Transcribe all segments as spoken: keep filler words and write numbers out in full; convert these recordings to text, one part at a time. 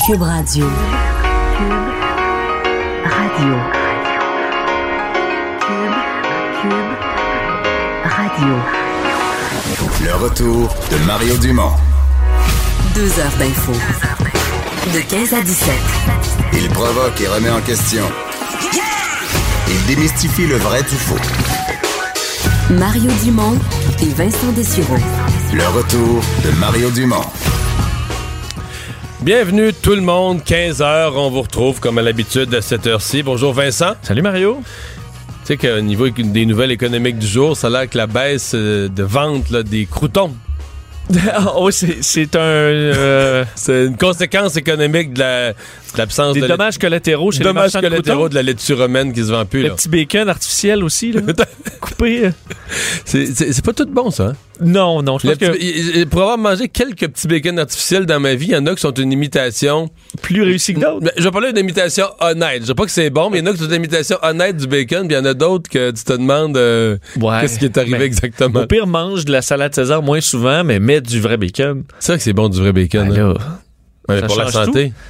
Cube Radio. Cube Radio. Cube, Cube Radio. Le retour de Mario Dumont. Deux heures d'info. De quinze à dix-sept. Il provoque et remet en question. Il démystifie le vrai du faux. Mario Dumont et Vincent Dessureau. Le retour de Mario Dumont. Bienvenue tout le monde, quinze heures, on vous retrouve comme à l'habitude à cette heure-ci. Bonjour Vincent. Salut Mario. Tu sais qu'au niveau des nouvelles économiques du jour, ça a l'air que la baisse de vente là, des croûtons. oh, c'est, c'est un... Euh... c'est une conséquence économique de, la, de l'absence des de... Des dommages la... collatéraux chez dommages les marchands de collatéraux de la laitue romaine qui se vend plus. Le là. petit bacon artificiel aussi, là. Coupé. C'est, c'est, c'est pas tout bon, ça, hein? Non, non, je pense le que... Petit, pour avoir mangé quelques petits bacon artificiels dans ma vie, il y en a qui sont une imitation... Plus réussie que d'autres. Je vais parler d'une imitation honnête. Je sais pas que c'est bon, mais il y en a qui sont une imitation honnête du bacon, puis il y en a d'autres que tu te demandes euh, ouais, qu'est-ce qui est arrivé exactement. Au pire, mange de la salade César moins souvent, mais mets du vrai bacon. C'est vrai que c'est bon du vrai bacon. Ben là, hein. Ouais, pour la santé. Tout.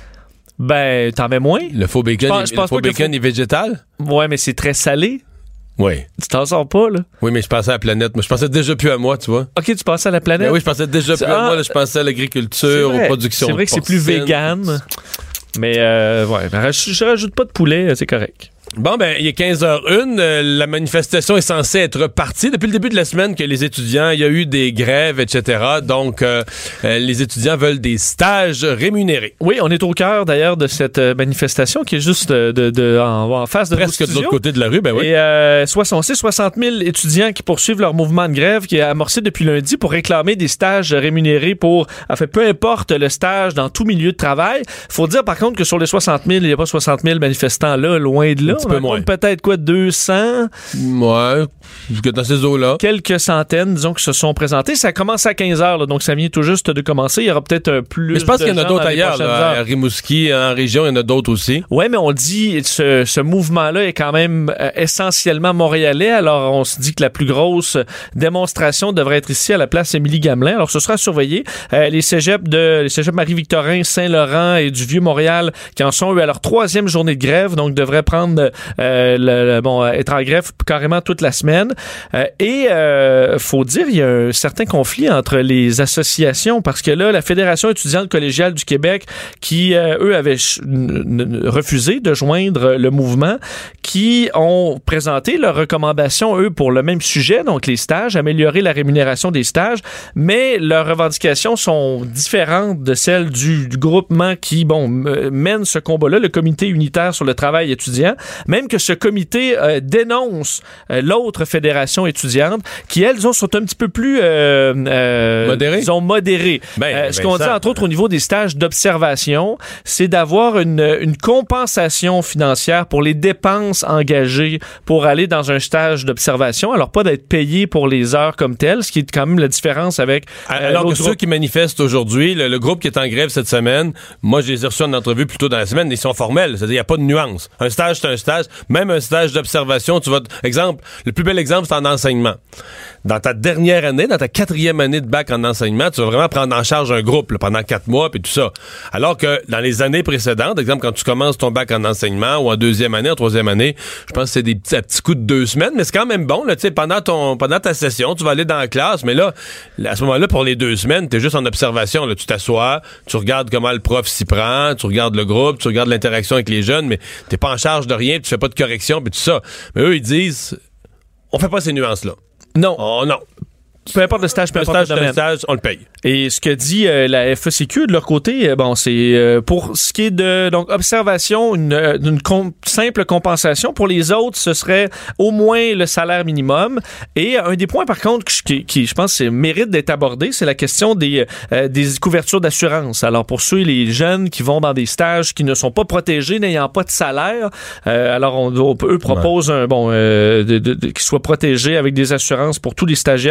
Ben, t'en mets moins. Le faux bacon, je pense, il, je pense le faux bacon faux... est végétal? Ouais, mais c'est très salé. Oui. Tu t'en sors pas, là? Oui, mais je pensais à la planète. Moi, je pensais déjà plus à moi, tu vois. OK, tu pensais à la planète? Ben oui, je pensais déjà plus ah, à moi. Là, je pensais à l'agriculture, aux productions. C'est vrai que c'est plus vegan. Mais, euh, ouais, je, je rajoute pas de poulet, c'est correct. Bon, ben, il est quinze heures une. Euh, la manifestation est censée être partie. Depuis le début de la semaine que les étudiants, il y a eu des grèves, et cetera. Donc, euh, euh, les étudiants veulent des stages rémunérés. Oui, on est au cœur, d'ailleurs, de cette manifestation qui est juste de, de, de en, en face de nos Presque de l'autre côté de la rue, ben oui. Et euh, soixante-six soixante mille étudiants qui poursuivent leur mouvement de grève qui est amorcé depuis lundi pour réclamer des stages rémunérés pour, en fait, peu importe le stage dans tout milieu de travail. Faut dire, par contre, que sur les soixante mille, il n'y a pas soixante mille manifestants là, loin de là. Un petit peu moins. Peut-être quoi, deux cents? Ouais, dans ces eaux-là. Quelques centaines, disons, qui se sont présentés. Ça commence à quinze heures, là, donc ça vient tout juste de commencer. Il y aura peut-être un plus. Mais je pense de qu'il y en a d'autres ailleurs, là, à Rimouski, en région, il y en a d'autres aussi. Oui, mais on dit, ce, ce mouvement-là est quand même euh, essentiellement montréalais. Alors, on se dit que la plus grosse démonstration devrait être ici à la place Émilie-Gamelin. Alors, ce sera surveillé. Euh, les cégeps de, les cégeps Marie-Victorin, Saint-Laurent et du Vieux-Montréal qui en sont eu à leur troisième journée de grève, donc devraient prendre euh, Le, le, bon, être en grève carrément toute la semaine. Euh, et euh, faut dire, il y a un certain conflit entre les associations parce que là, la Fédération étudiante collégiale du Québec, qui, euh, eux, avaient ch- n- n- refusé de joindre le mouvement, qui ont présenté leurs recommandations, eux, pour le même sujet, donc les stages, améliorer la rémunération des stages, mais leurs revendications sont différentes de celles du, du groupement qui, bon, m- mène ce combat-là, le Comité unitaire sur le travail étudiant, même que ce comité euh, dénonce euh, l'autre fédération étudiante qui, elles, ont, sont un petit peu plus euh, euh, modérées. Ils ont modéré. Ben, euh, ben ce qu'on ça, dit, entre autres, au niveau des stages d'observation, c'est d'avoir une, une compensation financière pour les dépenses engagées pour aller dans un stage d'observation. Alors, pas d'être payé pour les heures comme telles, ce qui est quand même la différence avec... Euh, Alors que ceux groupe. qui manifestent aujourd'hui, le, le groupe qui est en grève cette semaine, moi, je les ai reçus en entrevue plus tôt dans la semaine, ils sont formels. C'est-à-dire, il n'y a pas de nuance. Un stage, c'est un stage. Même un stage d'observation, tu vas... Exemple, le plus bel exemple, c'est en enseignement. Dans ta dernière année, dans ta quatrième année de bac en enseignement, tu vas vraiment prendre en charge un groupe là, pendant quatre mois puis tout ça. Alors que dans les années précédentes, exemple, quand tu commences ton bac en enseignement ou en deuxième année, en troisième année, je pense que c'est des petits, à petits coups de deux semaines, mais c'est quand même bon. Là, tu sais, pendant ton, pendant ta session, tu vas aller dans la classe, mais là, à ce moment-là, pour les deux semaines, t'es juste en observation. Là, tu t'assois, tu regardes comment le prof s'y prend, tu regardes le groupe, tu regardes l'interaction avec les jeunes, mais t'es pas en charge de rien, tu fais pas de correction puis tout ça. Mais eux, ils disent, on fait pas ces nuances-là. Non. Oh non. Peu importe le stage, peu le importe stage, le domaine. le stage, on le paye. Et ce que dit euh, la F E C Q de leur côté, euh, bon, c'est euh, pour ce qui est de donc observation, une, euh, une com- simple compensation. Pour les autres, ce serait au moins le salaire minimum. Et un des points, par contre, qui, qui je pense, c'est, mérite d'être abordé, c'est la question des euh, des couvertures d'assurance. Alors pour ceux les jeunes qui vont dans des stages qui ne sont pas protégés, n'ayant pas de salaire, euh, alors on, on eux proposent ouais. un bon euh, de, de, de, qu'ils soient protégés avec des assurances pour tous les stagiaires québécois.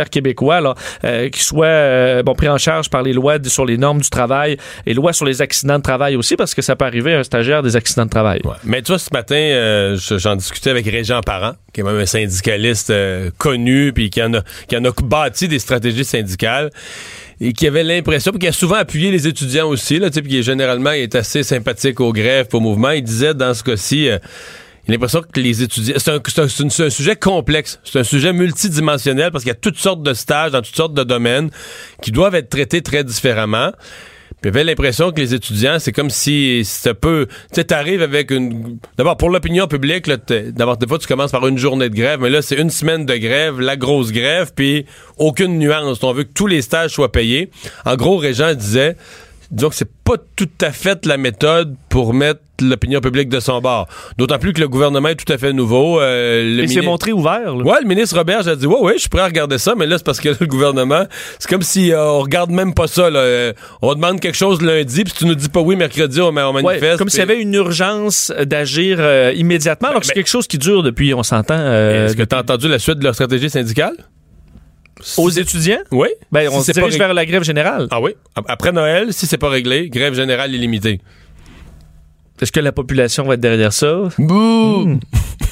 loi, alors, euh, qui soit euh, bon, pris en charge par les lois sur les normes du travail et lois sur les accidents de travail aussi, parce que ça peut arriver à un stagiaire des accidents de travail. Ouais. Mais tu vois, ce matin, euh, j'en discutais avec Régent Parent, qui est même un syndicaliste euh, connu, puis qui en a, qui en a bâti des stratégies syndicales, et qui avait l'impression, puis qui a souvent appuyé les étudiants aussi, là, puis qui est, généralement est assez sympathique aux grèves, au mouvement. Il disait, dans ce cas-ci, euh, il a l'impression que les étudiants... C'est un, c'est, un, c'est, un, c'est un sujet complexe. C'est un sujet multidimensionnel parce qu'il y a toutes sortes de stages dans toutes sortes de domaines qui doivent être traités très différemment. Puis j'avais l'impression que les étudiants, c'est comme si c'est un peu... Tu sais, t'arrives avec une... D'abord, pour l'opinion publique, là, d'abord, des fois, tu commences par une journée de grève, mais là, c'est une semaine de grève, la grosse grève, puis aucune nuance. On veut que tous les stages soient payés. En gros, Régent disait... Disons que c'est pas tout à fait la méthode pour mettre l'opinion publique de son bord. D'autant plus que le gouvernement est tout à fait nouveau. Euh, le Il mini... s'est montré ouvert. Là. Ouais, le ministre Roberge a dit « Ouais, ouais, je suis prêt à regarder ça, mais là, c'est parce que là, le gouvernement, c'est comme si euh, on regarde même pas ça. Là. Euh, on demande quelque chose lundi, puis tu nous dis pas oui, mercredi, on, on manifeste. Ouais, » Comme pis... s'il y avait une urgence d'agir euh, immédiatement, alors ben, que c'est ben... quelque chose qui dure depuis, on s'entend... Euh, Est-ce que tu as entendu la suite de leur stratégie syndicale? Aux étudiants? Oui. Ben, on si se dirige rég... vers la grève générale. Ah oui. Après Noël, si c'est pas réglé, grève générale illimitée. Est-ce que la population va être derrière ça? Bouh! Mmh.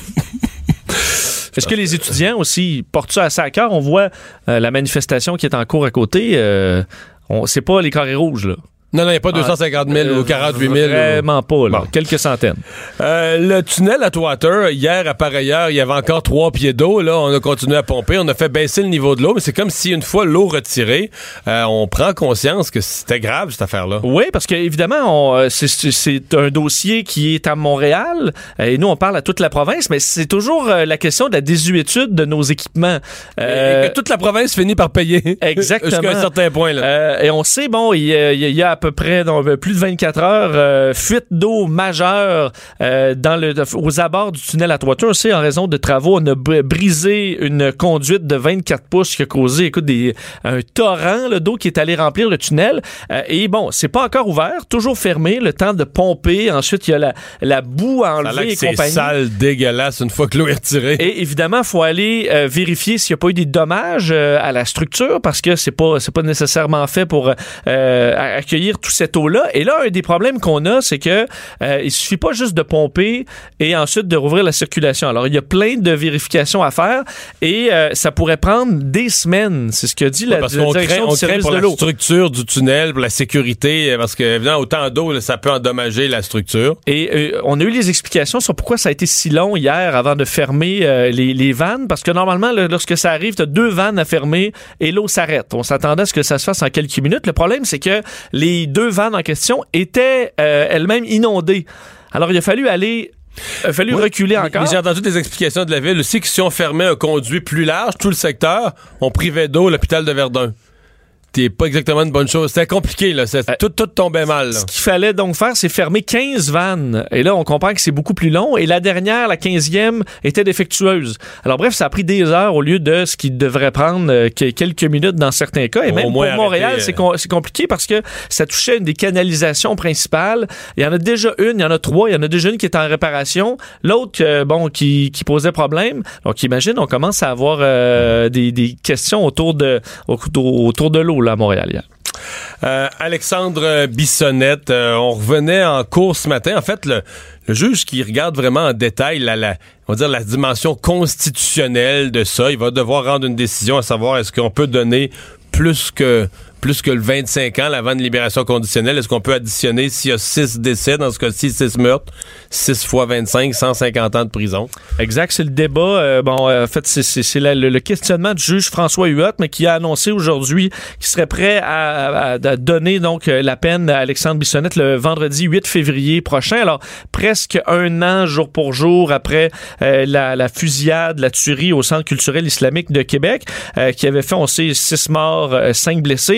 Est-ce que les étudiants aussi portent ça assez à cœur? On voit euh, la manifestation qui est en cours à côté. Euh, on, c'est pas les carrés rouges, là. Non, non, il n'y a pas deux cent cinquante mille euh, ou quarante-huit mille. Vraiment ou... pas, là. Bon. Quelques centaines. Euh, le tunnel à Atwater, hier, à par ailleurs, il y avait encore trois pieds d'eau. Là, on a continué à pomper. On a fait baisser le niveau de l'eau, mais c'est comme si, une fois l'eau retirée, euh, on prend conscience que c'était grave, cette affaire-là. Oui, parce qu'évidemment, on, c'est, c'est un dossier qui est à Montréal, et nous, on parle à toute la province, mais c'est toujours euh, la question de la désuétude de nos équipements. Euh, et que toute la province finit par payer. Exactement. Jusqu'à un certain point, là. Euh, et on sait, bon, il y, y, y a à peu près donc, plus de vingt-quatre heures, euh, fuite d'eau majeure euh, dans le, aux abords du tunnel Atwater. On sait, en raison de travaux, on a b- brisé une conduite de vingt-quatre pouces qui a causé, écoute, des, un torrent là, d'eau qui est allé remplir le tunnel. Euh, et bon, c'est pas encore ouvert, toujours fermé, le temps de pomper. Ensuite, il y a la, la boue à enlever et c'est compagnie. C'est sale, dégueulasse, une fois que l'eau est retirée. Et évidemment, il faut aller euh, vérifier s'il n'y a pas eu des dommages euh, à la structure, parce que c'est pas, c'est pas nécessairement fait pour euh, accueillir tout cette eau-là. Et là, un des problèmes qu'on a, c'est que euh, il suffit pas juste de pomper et ensuite de rouvrir la circulation. Alors, il y a plein de vérifications à faire et euh, ça pourrait prendre des semaines. C'est ce que dit la, parce la qu'on direction craint, du service on craint de pour l'eau. La structure du tunnel, pour la sécurité, parce que évidemment, autant d'eau, là, ça peut endommager la structure. Et euh, on a eu les explications sur pourquoi ça a été si long hier avant de fermer euh, les, les vannes, parce que normalement, là, lorsque ça arrive, tu as deux vannes à fermer et l'eau s'arrête. On s'attendait à ce que ça se fasse en quelques minutes. Le problème, c'est que les deux vannes en question étaient euh, elles-mêmes inondées. Alors, il a fallu aller... Il a fallu oui, reculer encore. Mais j'ai entendu des explications de la ville aussi que si on fermait un conduit plus large, tout le secteur, on privait d'eau l'hôpital de Verdun. C'est pas exactement une bonne chose. C'était compliqué, là. C'est, euh, tout, tout tombait mal, là. Ce qu'il fallait donc faire, c'est fermer quinze vannes. Et là, on comprend que c'est beaucoup plus long. Et la dernière, la quinzième, était défectueuse. Alors bref, ça a pris des heures au lieu de ce qui devrait prendre euh, quelques minutes dans certains cas. Et même pour Montréal, arrêter, c'est, com- c'est compliqué parce que ça touchait une des canalisations principales. Il y en a déjà une, il y en a trois. Il y en a déjà une qui est en réparation. L'autre, euh, bon, qui, qui posait problème. Donc, imagine, on commence à avoir euh, des, des questions autour de, autour, autour de l'eau, là, à Montréal hier. Euh, Alexandre Bissonnette, euh, on revenait en cours ce matin. En fait, le, le juge qui regarde vraiment en détail la, la, on va dire la dimension constitutionnelle de ça, il va devoir rendre une décision à savoir est-ce qu'on peut donner plus que plus que le vingt-cinq ans, l'avant de libération conditionnelle. Est-ce qu'on peut additionner s'il y a six décès, dans ce cas-ci, six meurtres, six fois vingt-cinq, cent cinquante ans de prison? Exact, c'est le débat. Euh, bon, euh, en fait, c'est, c'est, c'est la, le, le questionnement du juge François Huot, mais qui a annoncé aujourd'hui qu'il serait prêt à, à, à donner donc la peine à Alexandre Bissonnette le vendredi huit février prochain. Alors, presque un an, jour pour jour, après euh, la, la fusillade, la tuerie au Centre culturel islamique de Québec, euh, qui avait fait, on sait, six morts, euh, cinq blessés.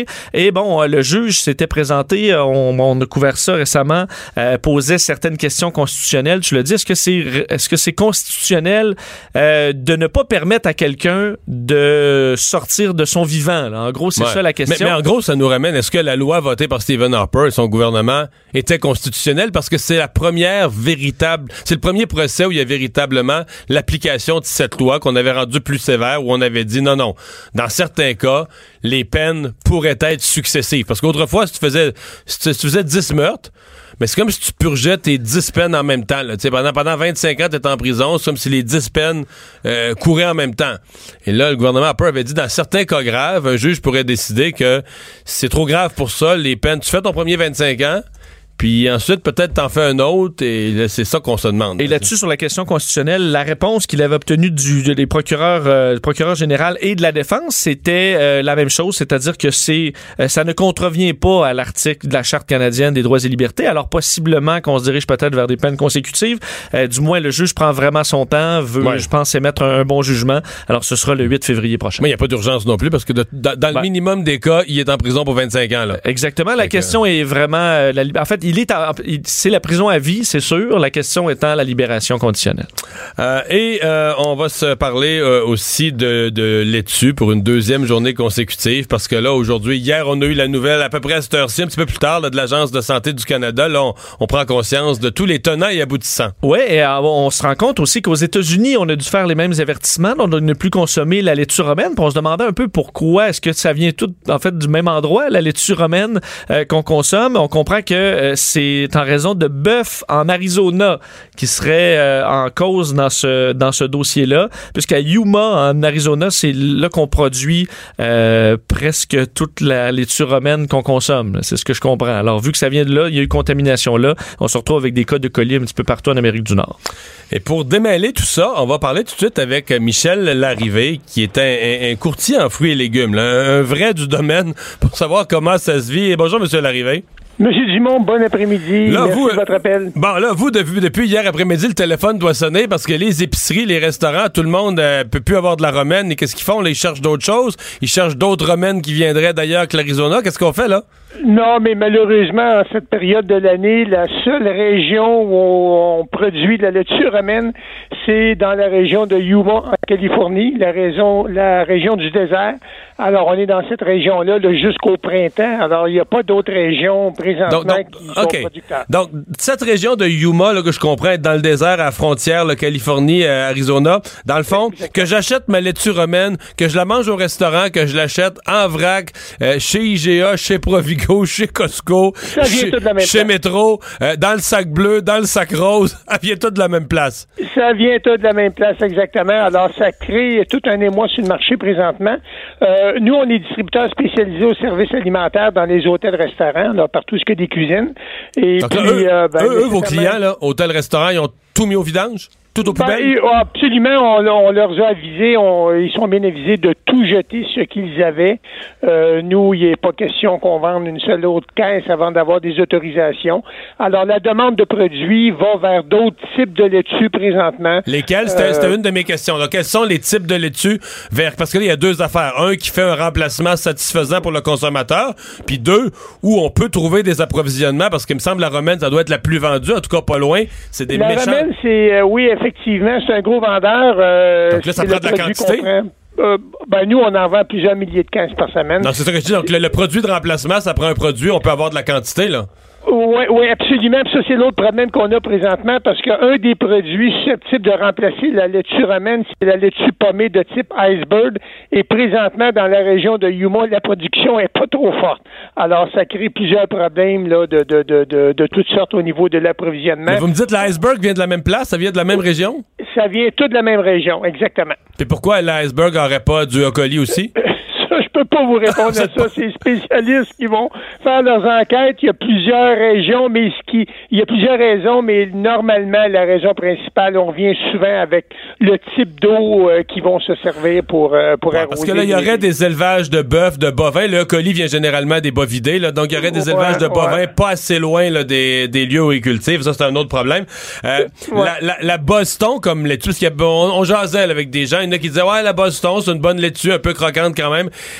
Et bon, le juge s'était présenté, on, on a couvert ça récemment, euh, posait certaines questions constitutionnelles. Tu l'as dit, est-ce que c'est, est-ce que c'est constitutionnel euh, de ne pas permettre à quelqu'un de sortir de son vivant, là? En gros, c'est ouais. ça la question. Mais, mais en gros, ça nous ramène, est-ce que la loi votée par Stephen Harper et son gouvernement était constitutionnelle? Parce que c'est la première véritable, c'est le premier procès où il y a véritablement l'application de cette loi qu'on avait rendue plus sévère, où on avait dit non, non, dans certains cas, les peines pourraient être successives. Parce qu'autrefois, si tu faisais, si tu, si tu faisais dix meurtres, mais c'est comme si tu purgeais tes dix peines en même temps. Là. Pendant, pendant vingt-cinq ans, tu étais en prison, c'est comme si les dix peines euh, couraient en même temps. Et là, le gouvernement Harper avait dit, dans certains cas graves, un juge pourrait décider que c'est trop grave pour ça, les peines, tu fais ton premier vingt-cinq ans, puis ensuite, peut-être t'en fais un autre, et là, c'est ça qu'on se demande. Et là-dessus, sur la question constitutionnelle, la réponse qu'il avait obtenue du, des procureurs, euh, procureur général et de la défense, c'était euh, la même chose, c'est-à-dire que c'est, euh, ça ne contrevient pas à l'article de la Charte canadienne des droits et libertés, alors possiblement qu'on se dirige peut-être vers des peines consécutives. Euh, du moins, le juge prend vraiment son temps, veut, ouais. je pense, émettre un, un bon jugement. Alors, ce sera le huit février prochain. Mais il n'y a pas d'urgence non plus, parce que de, de, dans ben, le minimum des cas, il est en prison pour vingt-cinq ans. Là. Exactement. La fait question que... est vraiment... Euh, la, en fait, il est à, il, c'est la prison à vie, c'est sûr. La question étant la libération conditionnelle. Euh, et euh, on va se parler euh, aussi de, de l'étu pour une deuxième journée consécutive, parce que là, aujourd'hui, hier, on a eu la nouvelle à peu près à cette heure-ci, un petit peu plus tard, là, de l'Agence de santé du Canada. Là, on, on prend conscience de tous les tenants et aboutissants. Oui, et euh, on se rend compte aussi qu'aux États-Unis, on a dû faire les mêmes avertissements. On ne plus consommer la laitue romaine. Puis on se demandait un peu pourquoi. Est-ce que ça vient tout, en fait, du même endroit, la laitue romaine euh, qu'on consomme? On comprend que euh, c'est en raison de bœuf en Arizona qui serait euh, en cause dans ce, dans ce dossier-là, puisqu'à Yuma, en Arizona, c'est là qu'on produit euh, presque toute la laitue romaine qu'on consomme. C'est ce que je comprends. Alors, vu que ça vient de là, il y a eu contamination là, on se retrouve avec des cas de colis un petit peu partout en Amérique du Nord. Et pour démêler tout ça, on va parler tout de suite avec Michel Larrivée, qui est un, un, un courtier en fruits et légumes, là, un, un vrai du domaine, pour savoir comment ça se vit. Et bonjour, Monsieur Larrivée. Monsieur Dumont, bon après-midi. Là, Merci vous, de votre appel. Bon, là, vous, depuis, depuis hier après-midi, le téléphone doit sonner parce que les épiceries, les restaurants, tout le monde euh, peut plus avoir de la romaine. Et qu'est-ce qu'ils font? Là, ils cherchent d'autres choses. Ils cherchent d'autres romaines qui viendraient d'ailleurs que l'Arizona. Qu'est-ce qu'on fait, là? Non, mais malheureusement, en cette période de l'année, la seule région où on produit de la laitue romaine, c'est dans la région de Yuma, en Californie, la région, la région du désert. Alors, on est dans cette région-là là, jusqu'au printemps. Alors, il n'y a pas d'autres régions présentement donc, donc, qui sont okay. producteurs. Donc, cette région de Yuma, là, que je comprends être dans le désert à la frontière, là, Californie, euh, Arizona, dans le fond, exactement. Que j'achète ma laitue romaine, que je la mange au restaurant, que je l'achète en vrac, euh, chez I G A, chez Provigo, chez Costco, ça vient chez, tout de la même chez place. Métro, euh, dans le sac bleu, dans le sac rose, ça vient tout de la même place. Ça vient tout de la même place, exactement. Alors, ça crée tout un émoi sur le marché présentement. Euh, nous, on est distributeurs spécialisés aux services alimentaires dans les hôtels-restaurants, là, partout ce que des cuisines. Et donc, puis, là, eux, euh, ben, eux, eux vos clients, là, hôtels-restaurants, ils ont tout mis au vidange? Tout au poubelle? Ben, absolument, on, on leur a avisé, on, ils sont bien avisés de tout jeter ce qu'ils avaient. Euh, nous, il n'est pas question qu'on vende une seule autre caisse avant d'avoir des autorisations. Alors, la demande de produits va vers d'autres types de laitue présentement. Lesquels? C'était, euh, c'était une de mes questions. Là. Quels sont les types de laitue vers... Parce que là, il y a deux affaires. Un, qui fait un remplacement satisfaisant pour le consommateur, puis deux, où on peut trouver des approvisionnements, parce qu'il me semble la romaine, ça doit être la plus vendue, en tout cas pas loin. C'est des la méchants... La romaine, c'est... Euh, oui, effectivement, c'est un gros vendeur. Euh, Donc là, ça prend de la quantité? Euh, ben, nous, on en vend plusieurs milliers de caisses par semaine. Non, c'est ça que je dis. Donc, le, le produit de remplacement, ça prend un produit, on peut avoir de la quantité, là. Oui, oui, absolument. Puis ça, c'est l'autre problème qu'on a présentement, parce qu'un des produits susceptibles de remplacer la laitue romaine, c'est la laitue pommée de type iceberg. Et présentement, dans la région de Yuma, la production est pas trop forte. Alors, ça crée plusieurs problèmes là, de, de, de, de, de toutes sortes au niveau de l'approvisionnement. Mais vous me dites l'iceberg vient de la même place? Ça vient de la même région? Ça vient tout de la même région, exactement. Et pourquoi l'iceberg n'aurait pas du colis aussi? Ça, je peux pas vous répondre à ça. C'est les spécialistes qui vont faire leurs enquêtes. Il y a plusieurs régions, mais ce qui, il y a plusieurs raisons, mais normalement, la raison principale, on vient souvent avec le type d'eau euh, qui vont se servir pour, euh, pour ouais, arroser. Parce que là, il y aurait des élevages de bœufs, de bovins. Le colis vient généralement des bovidés, là. Donc, il y aurait des ouais, élevages de bovins ouais. pas assez loin, là, des, des lieux où ils cultivent. Ça, c'est un autre problème. Euh, ouais. la, la, la Boston, comme laitue, parce qu'il y a, on, on jasait avec des gens. Il y en a qui disaient, ouais, la Boston, c'est une bonne laitue, un peu croquante quand même.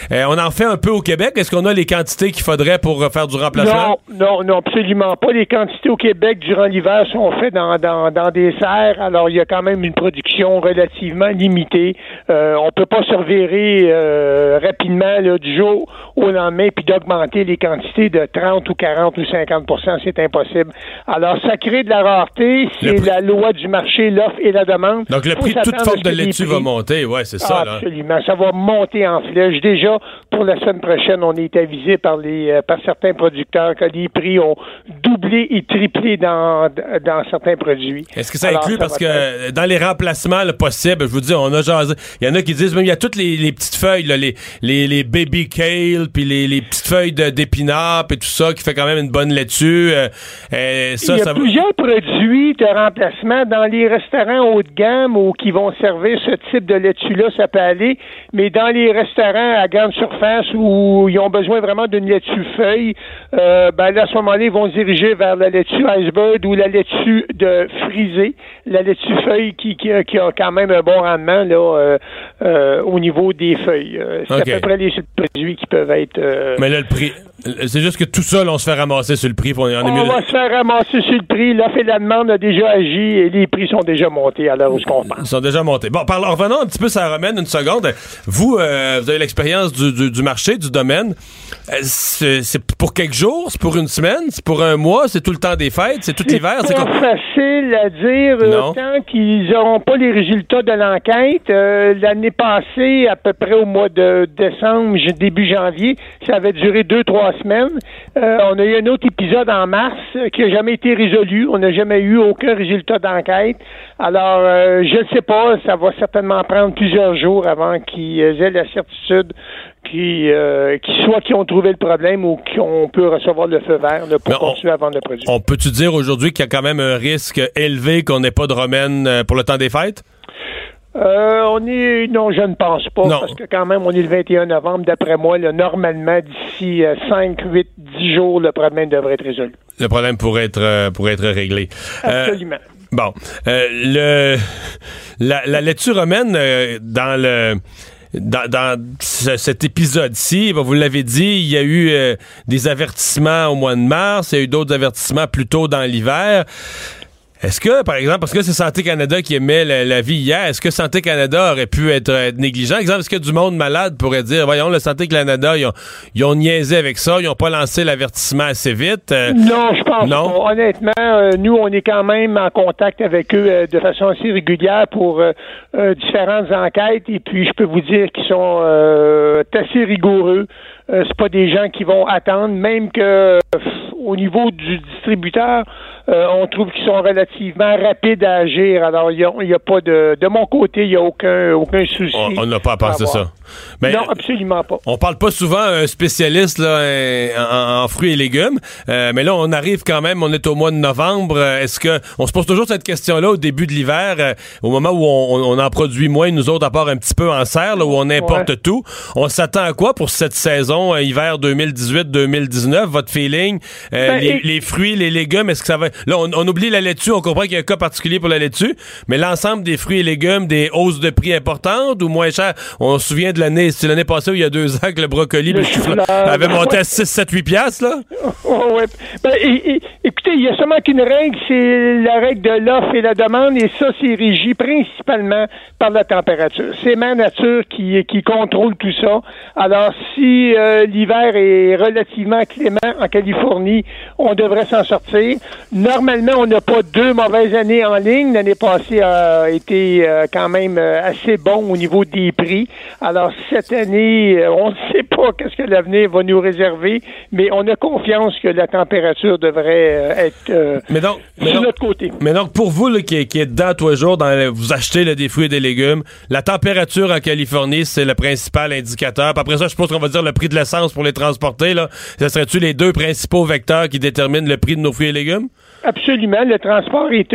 Euh, on en fait un peu au Québec. Est-ce qu'on a les quantités qu'il faudrait pour faire du remplacement? Non, non, non, absolument pas. Les quantités au Québec durant l'hiver sont faites dans, dans, dans des serres. Alors, il y a quand même une production relativement limitée. Euh, on peut pas se revirer euh, rapidement là, du jour au lendemain puis d'augmenter les quantités de trente ou quarante ou cinquante pour cent. C'est impossible. Alors, ça crée de la rareté. C'est prix... la loi du marché, l'offre et la demande. Donc, le prix de toute forme de laitue va monter. Ouais, c'est ça. Ah, là. Absolument. Ça va monter en flèche. Déjà, pour la semaine prochaine, on est avisé par les euh, par certains producteurs que les prix ont doublé et triplé dans, dans certains produits. Est-ce que ça Alors, inclut, ça parce que être... dans les remplacements là, possibles, je vous dis, on a jasé, il y en a qui disent, même il y a toutes les, les petites feuilles, là, les, les, les baby kale, puis les, les petites feuilles de, d'épinards, puis tout ça, qui fait quand même une bonne laitue. Euh, euh, ça, il y a ça plusieurs va... produits de remplacement dans les restaurants haut de gamme ou qui vont servir ce type de laitue-là, ça peut aller, mais dans les restaurants à grande surface où ils ont besoin vraiment d'une laitue feuille, euh, ben là, à ce moment-là, ils vont se diriger vers la laitue iceberg ou la laitue de frisée, la laitue feuille qui, qui, qui a quand même un bon rendement là euh, euh, au niveau des feuilles. Euh, c'est okay. à peu près les produits qui peuvent être... Euh... Mais là, le prix... C'est juste que tout ça, là, on se fait ramasser sur le prix. On, on, on va se faire ramasser sur le prix. L'offre et la demande a déjà agi et les prix sont déjà montés à l'heure où je comprends. Ils sont déjà montés. Bon, parlons, revenons un petit peu, ça ramène une seconde. Vous, euh, vous avez l'expérience du, du, du marché, du domaine. C'est, c'est pour quelques jours? C'est pour une semaine? C'est pour un mois? C'est tout le temps des fêtes? C'est tout c'est l'hiver? C'est pas comme... facile à dire euh, tant qu'ils n'auront pas les résultats de l'enquête. Euh, l'année passée, à peu près au mois de décembre, début janvier, ça avait duré deux, trois semaines. Euh, on a eu un autre épisode en mars euh, qui n'a jamais été résolu. On n'a jamais eu aucun résultat d'enquête. Alors, euh, je ne sais pas, ça va certainement prendre plusieurs jours avant qu'ils aient la certitude qui, euh, qui soit qui ont trouvé le problème ou qu'on peut recevoir le feu vert là, pour on, continuer à vendre le produit. On peut-tu dire aujourd'hui qu'il y a quand même un risque élevé qu'on n'ait pas de romaine pour le temps des fêtes? Euh, on est non, je ne pense pas, non. Parce que quand même, on est le vingt et un novembre, d'après moi, là, normalement, d'ici euh, cinq, huit, dix jours, le problème devrait être résolu. Le problème pourrait être euh, pourrait être réglé. Absolument. Euh, bon. Euh, le la, la laitue romaine euh, dans le Dans, dans ce, cet épisode-ci, ben vous l'avez dit, il y a eu euh, des avertissements au mois de mars, il y a eu d'autres avertissements plus tôt dans l'hiver. Est-ce que, par exemple, parce que c'est Santé Canada qui émet la, la vie hier, est-ce que Santé Canada aurait pu être, être négligent? Exemple, est-ce que du monde malade pourrait dire, voyons, le Santé Canada, ils ont, ils ont niaisé avec ça, ils n'ont pas lancé l'avertissement assez vite? Euh, non, je pense non? pas. Honnêtement, euh, nous, on est quand même en contact avec eux euh, de façon assez régulière pour euh, euh, différentes enquêtes, et puis je peux vous dire qu'ils sont euh, assez rigoureux. Euh, c'est pas des gens qui vont attendre, même que euh, au niveau du distributeur, euh, on trouve qu'ils sont relativement rapides à agir. Alors, il n'y a, a pas de... De mon côté, il n'y a aucun, aucun souci. On n'a pas à penser ça. Mais non, absolument pas. On parle pas souvent à un spécialiste là, en, en fruits et légumes, euh, mais là, on arrive quand même, on est au mois de novembre. Est-ce que... On se pose toujours cette question-là au début de l'hiver, euh, au moment où on, on en produit moins, nous autres, à part un petit peu en serre, là, où on importe ouais. tout. On s'attend à quoi pour cette saison, euh, hiver deux mille dix-huit deux mille dix-neuf? Votre feeling? Euh, ben, les, et... les fruits, les légumes, est-ce que ça va... Là, on, on oublie la laitue, on comprend qu'il y a un cas particulier pour la laitue, mais l'ensemble des fruits et légumes, des hausses de prix importantes ou moins chères? On se souvient de l'année, c'est l'année passée où il y a deux ans que le brocoli le chou-fleur avait monté à six, sept, huit piastres, là? Oh, ouais. Ben, et, et, écoutez, il y a seulement qu'une règle, c'est la règle de l'offre et la demande, et ça, c'est régi principalement par la température. C'est ma nature qui, qui contrôle tout ça. Alors, si euh, l'hiver est relativement clément en Californie, on devrait s'en sortir. Normalement, on n'a pas deux mauvaises années en ligne. L'année passée a été euh, quand même euh, assez bon au niveau des prix. Alors, cette année, on ne sait pas qu'est-ce que l'avenir va nous réserver, mais on a confiance que la température devrait euh, être euh, mais donc, mais sur donc, notre côté. Mais donc, pour vous, là, qui, qui êtes dedans tous les jours, dans, vous achetez là, des fruits et des légumes, la température en Californie, c'est le principal indicateur. Puis après ça, je pense qu'on va dire le prix de l'essence pour les transporter. Là. Ça serait-tu les deux principaux vecteurs qui déterminent le prix de nos fruits et légumes? Absolument. Le transport est un,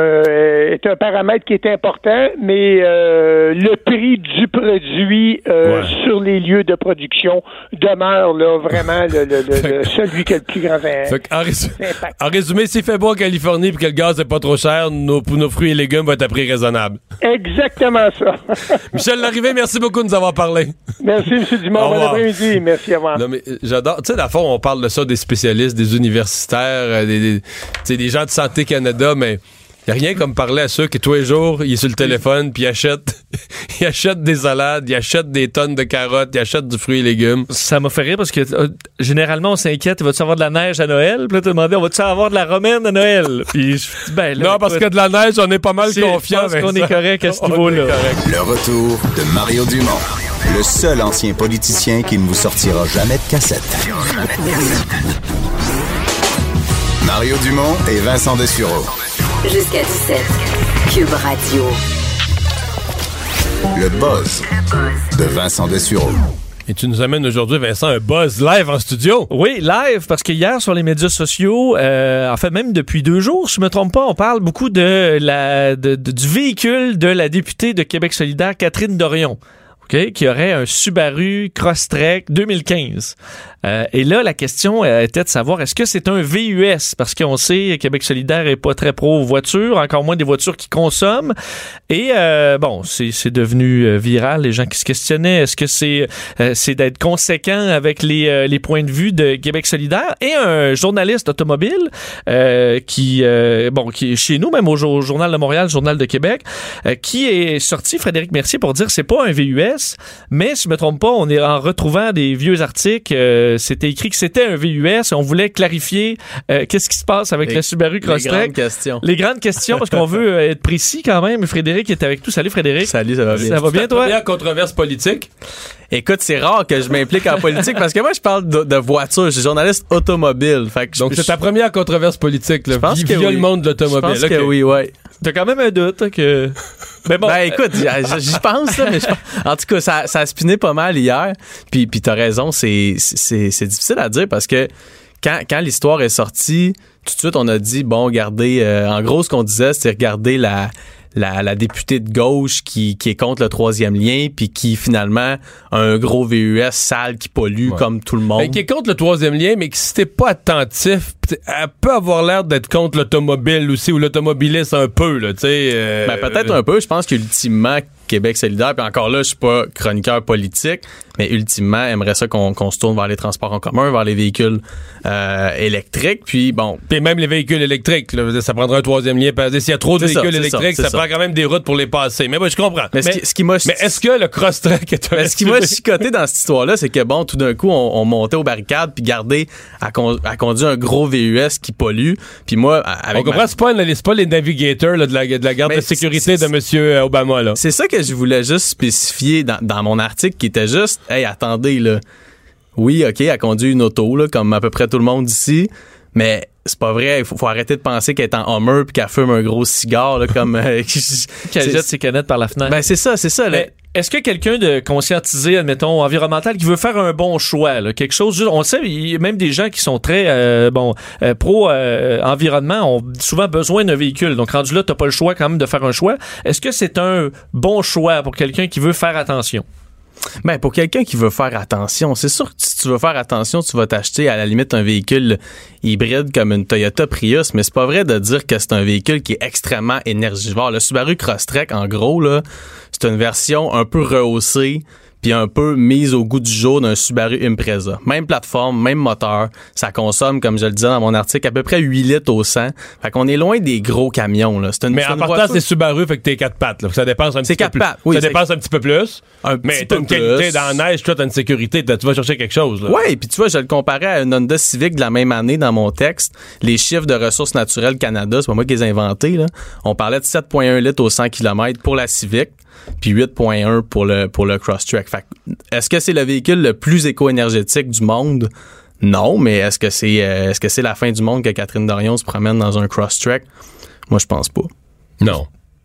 euh, est un paramètre qui est important, mais euh, le prix du produit euh, ouais. sur les lieux de production demeure là, vraiment le, le, le, le, celui qui a le plus grand impact. En, résumé, en En résumé, s'il fait beau en Californie et que le gaz n'est pas trop cher, nos, nos fruits et légumes vont être à prix raisonnable. Exactement ça. Michel Larrivée, merci beaucoup de nous avoir parlé. Merci, M. Dumont. Bon après-midi. Merci à vous. Non, mais j'adore. Tu sais, dans le fond, on parle de ça des spécialistes, des universitaires, des, des, des gens de Santé Canada, mais il n'y a rien comme parler à ceux qui, tous les jours, ils sont sur le téléphone, puis ils achètent, ils achètent des salades, ils achètent des tonnes de carottes, ils achètent du fruit et légumes. Ça m'a fait rire parce que euh, généralement, on s'inquiète, vas-tu avoir de la neige à Noël? Puis là, tu demandé, on va-tu avoir de la romaine à Noël? Puis, je, ben, là, non, parce que de la neige, on est pas mal confiant. Je pense qu'on est correct à ce niveau-là. Le retour de Mario Dumont, le seul ancien politicien qui ne vous sortira jamais de cassette. Mario Dumont et Vincent Dessureau. Jusqu'à dix-sept, Cube Radio. Le buzz de Vincent Dessureau. Et tu nous amènes aujourd'hui, Vincent, un buzz live en studio. Oui, live, parce que hier, sur les médias sociaux, euh, en fait, même depuis deux jours, si je me trompe pas, on parle beaucoup de la, de, de, du véhicule de la députée de Québec solidaire, Catherine Dorion. Okay, qui aurait un Subaru Crosstrek deux mille quinze. Euh, et là, la question euh, était de savoir, est-ce que c'est un V U S? Parce qu'on sait, Québec solidaire est pas très pro voitures, encore moins des voitures qui consomment. Et euh, bon, c'est, c'est devenu euh, viral, les gens qui se questionnaient, est-ce que c'est, euh, c'est d'être conséquent avec les, euh, les points de vue de Québec solidaire? Et un journaliste automobile euh, qui, euh, bon, qui est chez nous, même au, au Journal de Montréal, Journal de Québec, euh, qui est sorti, Frédéric Mercier, pour dire c'est pas un V U S. Mais si je me trompe pas, on est en retrouvant des vieux articles, euh, c'était écrit que c'était un V U S. On voulait clarifier euh, qu'est-ce qui se passe avec les, le Subaru Crosstrek. Les grandes questions. Les grandes questions, parce qu'on veut euh, être précis quand même. Frédéric est avec nous. Salut Frédéric. Salut, ça va bien. Ça va bien, toi? Première controverse politique. Écoute, c'est rare que je m'implique en politique parce que moi, je parle de, de voiture. Je suis journaliste automobile. Fait que Donc, je, c'est ta première controverse politique, là. Je pense via que oui. le monde de l'automobile. Je pense okay. que oui, ouais. T'as quand même un doute hein, que... Mais bon, ben écoute, j'y pense, là, mais je, en tout cas, ça, ça a spiné pas mal hier. Puis, puis t'as raison, c'est, c'est, c'est difficile à dire parce que quand, quand l'histoire est sortie, tout de suite, on a dit, bon, regardez, euh, en gros, ce qu'on disait, c'est regarder la... La, la députée de gauche qui, qui est contre le troisième lien puis qui finalement a un gros V U S sale qui pollue ouais. comme tout le monde. Ben, qui est contre le troisième lien, mais que si t'es pas attentif, elle peut avoir l'air d'être contre l'automobile aussi, ou l'automobiliste un peu, là, tu sais. Euh... Ben, peut-être un peu. Je pense qu'ultimement, Québec solidaire, puis encore là, je suis pas chroniqueur politique, mais ultimement, aimerait ça qu'on, qu'on se tourne vers les transports en commun, vers les véhicules euh, électriques, puis bon. Puis même les véhicules électriques, là, ça prendra un troisième lien. S'il y a trop de c'est véhicules ça, électriques, ça, ça prend quand même des routes pour les passer. Mais moi, je comprends. Mais, mais, ce qui, ce qui m'a, mais est-ce que le Crosstrek est un... Mais ce qui m'a chicoté dans cette histoire-là, c'est que bon, tout d'un coup, on, on montait aux barricades, puis gardé à, con, à conduire un gros V U S qui pollue, puis moi... Avec on comprend, ma... c'est, pas, c'est pas les navigators là, de, la, de la garde mais de sécurité c'est, de M. Obama, là. C'est ça que je voulais juste spécifier dans, dans mon article, qui était juste, hey, attendez, là, oui, OK, elle conduit une auto, là, comme à peu près tout le monde ici, mais c'est pas vrai, il faut, faut arrêter de penser qu'elle est en Hummer puis qu'elle fume un gros cigare, là, comme... Euh, qu'elle jette ses canettes par la fenêtre. Ben, c'est ça, c'est ça. Mais, est-ce que quelqu'un de conscientisé, admettons, environnemental, qui veut faire un bon choix, là, quelque chose, on sait, il y a même des gens qui sont très, euh, bon, euh, pro-environnement euh, ont souvent besoin d'un véhicule. Donc, rendu là, t'as pas le choix quand même de faire un choix. Est-ce que c'est un bon choix pour quelqu'un qui veut faire attention? Ben, pour quelqu'un qui veut faire attention, c'est sûr que si tu veux faire attention, tu vas t'acheter à la limite un véhicule hybride comme une Toyota Prius, mais c'est pas vrai de dire que c'est un véhicule qui est extrêmement énergivore. Le Subaru Crosstrek, en gros, là, c'est une version un peu rehaussée puis un peu mise au goût du jour d'un Subaru Impreza. Même plateforme, même moteur. Ça consomme, comme je le disais dans mon article, à peu près huit litres au cent. Fait qu'on est loin des gros camions, là. C'est une, mais c'est en une partant, voiture... c'est Subaru, fait que t'es quatre pattes, là. Ça dépense un c'est petit peu plus. Pattes, oui, ça c'est... dépense un petit peu plus. Un mais petit t'as peu une qualité plus. dans la neige, toi, t'as une sécurité. Tu vas chercher quelque chose, là. Oui, puis tu vois, je le comparais à une Honda Civic de la même année dans mon texte. Les chiffres de Ressources naturelles Canada, c'est pas moi qui les ai inventés, là. On parlait de sept virgule un litres au cent kilomètres pour la Civic, puis huit virgule un pour le, pour le Crosstrek. Fait est-ce que c'est le véhicule le plus éco-énergétique du monde? Non, mais est-ce que c'est, euh, est-ce que c'est la fin du monde que Catherine Dorion se promène dans un Crosstrek? Moi, je pense pas. Non.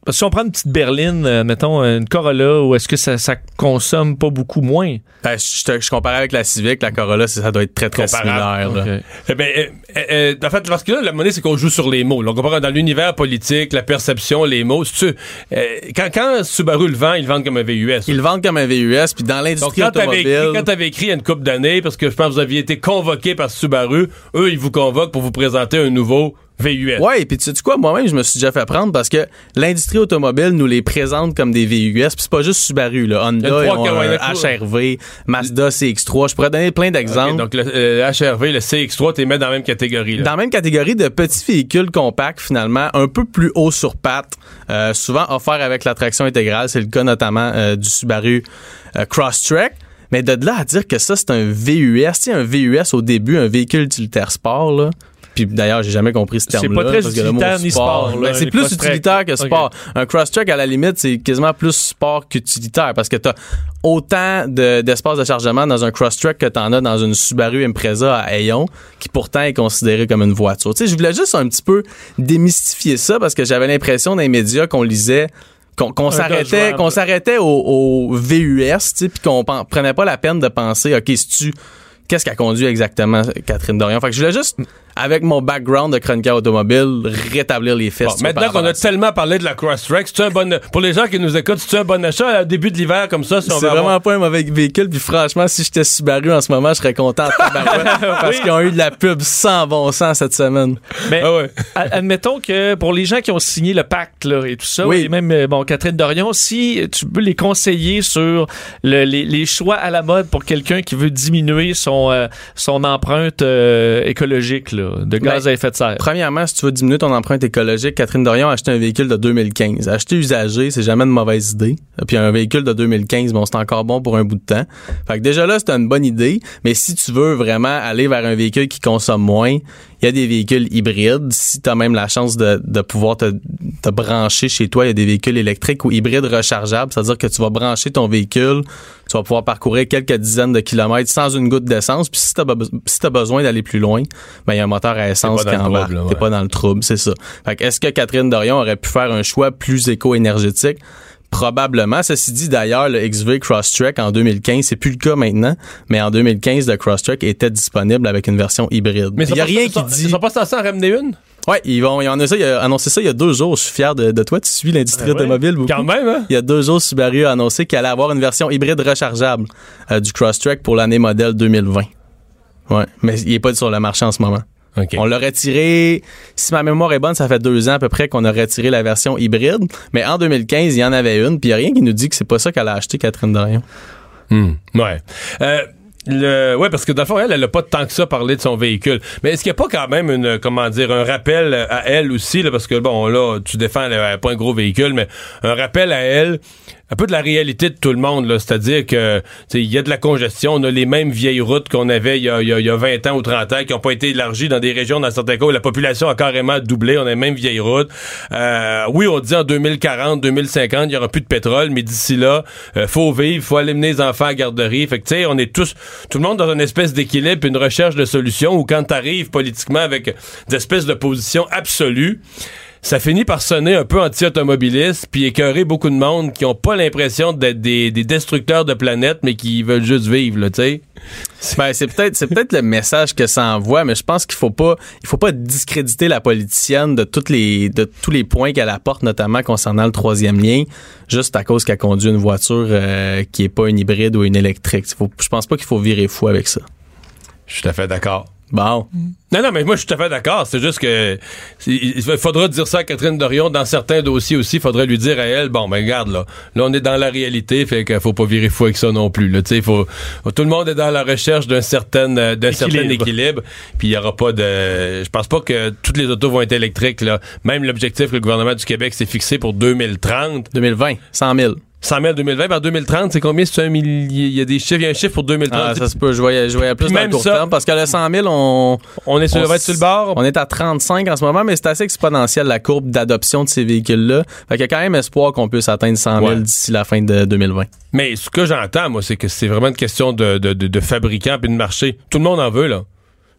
Parce que si on prend une petite berline, euh, mettons une Corolla, ou est-ce que ça, ça consomme pas beaucoup moins? Ben, je, te, je comparais avec la Civic, la Corolla, ça doit être très, très comparable. similaire. Okay. Eh ben, euh, euh, en fait, parce que là, la monnaie, c'est qu'on joue sur les mots. Là, on compare dans l'univers politique, la perception, les mots. Tu, euh, quand, quand Subaru le vend, ils le vendent comme un V U S. Ils le vendent comme un V U S, puis dans l'industrie Donc, quand automobile... T'avais écrit, quand t'avais écrit il y a une couple d'années, parce que je pense que vous aviez été convoqué par Subaru, eux, ils vous convoquent pour vous présenter un nouveau V U S. Ouais, puis tu sais quoi, moi-même, je me suis déjà fait prendre parce que l'industrie automobile nous les présente comme des V U S, puis c'est pas juste Subaru, là. Honda, ils ont un H R V, Mazda C X trois, je pourrais donner plein d'exemples. Okay, donc le euh, H R V, le C X trois, t'es mis dans la même catégorie, là. Dans la même catégorie de petits véhicules compacts, finalement, un peu plus haut sur pattes, euh, souvent offerts avec la traction intégrale, c'est le cas notamment euh, du Subaru euh, Crosstrek. Mais de là à dire que ça, c'est un V U S, tu sais, un V U S au début, un véhicule utilitaire sport, là. Puis d'ailleurs, j'ai jamais compris ce terme-là. C'est pas très parce utilitaire que ni sport. sport là, ben, c'est plus utilitaire que sport. Okay. Un Crosstrek, à la limite, c'est quasiment plus sport qu'utilitaire parce que t'as autant de, d'espace de chargement dans un Crosstrek que t'en as dans une Subaru Impreza à Aeon, qui pourtant est considérée comme une voiture. Tu sais, je voulais juste un petit peu démystifier ça parce que j'avais l'impression dans les médias qu'on lisait qu'on, qu'on s'arrêtait qu'on s'arrêtait au, au V U S, tu sais, puis qu'on pen, prenait pas la peine de penser, OK, si tu qu'est-ce qu'a conduit exactement Catherine Dorion. Fait que je voulais juste, avec mon background de chroniqueur automobile, rétablir les faits. Bon, maintenant qu'on a tellement parlé de la Crosstrek, c'est un bon, pour les gens qui nous écoutent, c'est un bon achat au début de l'hiver comme ça? Si on c'est va vraiment avoir... pas un mauvais véhicule, puis franchement, si j'étais Subaru en ce moment, je serais content de parce oui. qu'ils ont eu de la pub sans bon sens cette semaine. Mais ah ouais. admettons que pour les gens qui ont signé le pacte là, et tout ça, oui. et même bon, Catherine Dorion, si tu peux les conseiller sur le, les, les choix à la mode pour quelqu'un qui veut diminuer son, euh, son empreinte euh, écologique là, de gaz ben, à effet de serre. Premièrement, si tu veux diminuer ton empreinte écologique, Catherine Dorion a acheté un véhicule de deux mille quinze. Acheter usagé, c'est jamais une mauvaise idée. Puis un véhicule de deux mille quinze, bon, c'est encore bon pour un bout de temps. Fait que déjà là, c'est une bonne idée. Mais si tu veux vraiment aller vers un véhicule qui consomme moins, il y a des véhicules hybrides. Si tu as même la chance de, de pouvoir te, te brancher chez toi, il y a des véhicules électriques ou hybrides rechargeables. C'est-à-dire que tu vas brancher ton véhicule, tu vas pouvoir parcourir quelques dizaines de kilomètres sans une goutte d'essence. Puis si tu as si t'as besoin d'aller plus loin, ben il y a un moteur à essence qui embarque. T'es ouais. pas dans le trouble, c'est ça. Fait que est-ce que Catherine Dorion aurait pu faire un choix plus éco-énergétique? Probablement. Ceci dit, d'ailleurs, le X V Crosstrek en deux mille quinze, c'est plus le cas maintenant, mais en deux mille quinze, le Crosstrek était disponible avec une version hybride. Mais il n'y a rien qui dit... Ils sont pas censés en ramener une? Ouais, ils vont, ils ont annoncé ça, il a annoncé ça il y a deux jours. Je suis fier de, de toi. Tu suis l'industrie ben automobile ouais. beaucoup. Quand même, hein? Il y a deux jours, Subaru a annoncé qu'elle allait avoir une version hybride rechargeable euh, du Crosstrek pour l'année modèle deux mille vingt. Ouais, mais il est pas sur le marché en ce moment. Okay. On l'a retiré, si ma mémoire est bonne, ça fait deux ans à peu près qu'on a retiré la version hybride. Mais en deux mille quinze, il y en avait une, puis il n'y a rien qui nous dit que c'est pas ça qu'elle a acheté, Catherine Dorion. Hum, ouais. Euh, le, ouais, parce que dans le fond, elle, elle n'a pas tant que ça parlé de son véhicule. Mais est-ce qu'il n'y a pas quand même une, comment dire, un rappel à elle aussi, là, parce que bon, là, tu défends, elle n'a pas un gros véhicule, mais un rappel à elle, un peu de la réalité de tout le monde, là, c'est-à-dire que il y a de la congestion, on a les mêmes vieilles routes qu'on avait il y a, y, a, y a vingt ans ou trente ans qui n'ont pas été élargies dans des régions, dans certains cas où la population a carrément doublé, on a les mêmes vieilles routes. Euh, oui, on dit en deux mille quarante, deux mille cinquante, il y aura plus de pétrole, mais d'ici là, euh, faut vivre, faut aller mener les enfants à la garderie. Fait que tu sais, on est tous, tout le monde dans une espèce d'équilibre, une recherche de solution où quand t'arrives politiquement avec des espèces de positions absolues, ça finit par sonner un peu anti-automobiliste puis écœurer beaucoup de monde qui ont pas l'impression d'être des, des destructeurs de planète, mais qui veulent juste vivre, là, tu sais. Ben, c'est peut-être, c'est peut-être le message que ça envoie, mais je pense qu'il faut pas, il faut pas discréditer la politicienne de toutes les, de tous les points qu'elle apporte, notamment concernant le troisième lien, juste à cause qu'elle conduit une voiture euh, qui est pas une hybride ou une électrique. Faut, je pense pas qu'il faut virer fou avec ça. Je suis tout à fait d'accord. Bon. Non, non, mais moi, je suis tout à fait d'accord. C'est juste que il faudra dire ça à Catherine Dorion dans certains dossiers aussi. Il faudrait lui dire à elle, bon, ben regarde, là, là, on est dans la réalité, fait qu'il faut pas virer fou avec ça non plus. Là, tu sais, faut, tout le monde est dans la recherche d'un certain, d'un équilibre. certain équilibre. Puis il y aura pas de, je pense pas que toutes les autos vont être électriques. Là, même l'objectif que le gouvernement du Québec s'est fixé pour deux mille trente, deux mille vingt, cent mille. cent mille en deux mille vingt, par deux mille trente, c'est combien? C'est un millier? Il y a des chiffres, il y a un chiffre pour deux mille trente. Ah, ça se peut, je voyais, je voyais plus dans le court terme, parce que le cent mille, on... On est sur, on, va être sur le bord. On est à trente-cinq en ce moment, mais c'est assez exponentiel, la courbe d'adoption de ces véhicules-là. Fait qu'il y a quand même espoir qu'on puisse atteindre cent mille ouais. d'ici la fin de deux mille vingt. Mais ce que j'entends, moi, c'est que c'est vraiment une question de, de, de, de fabricants puis de marché. Tout le monde en veut, là.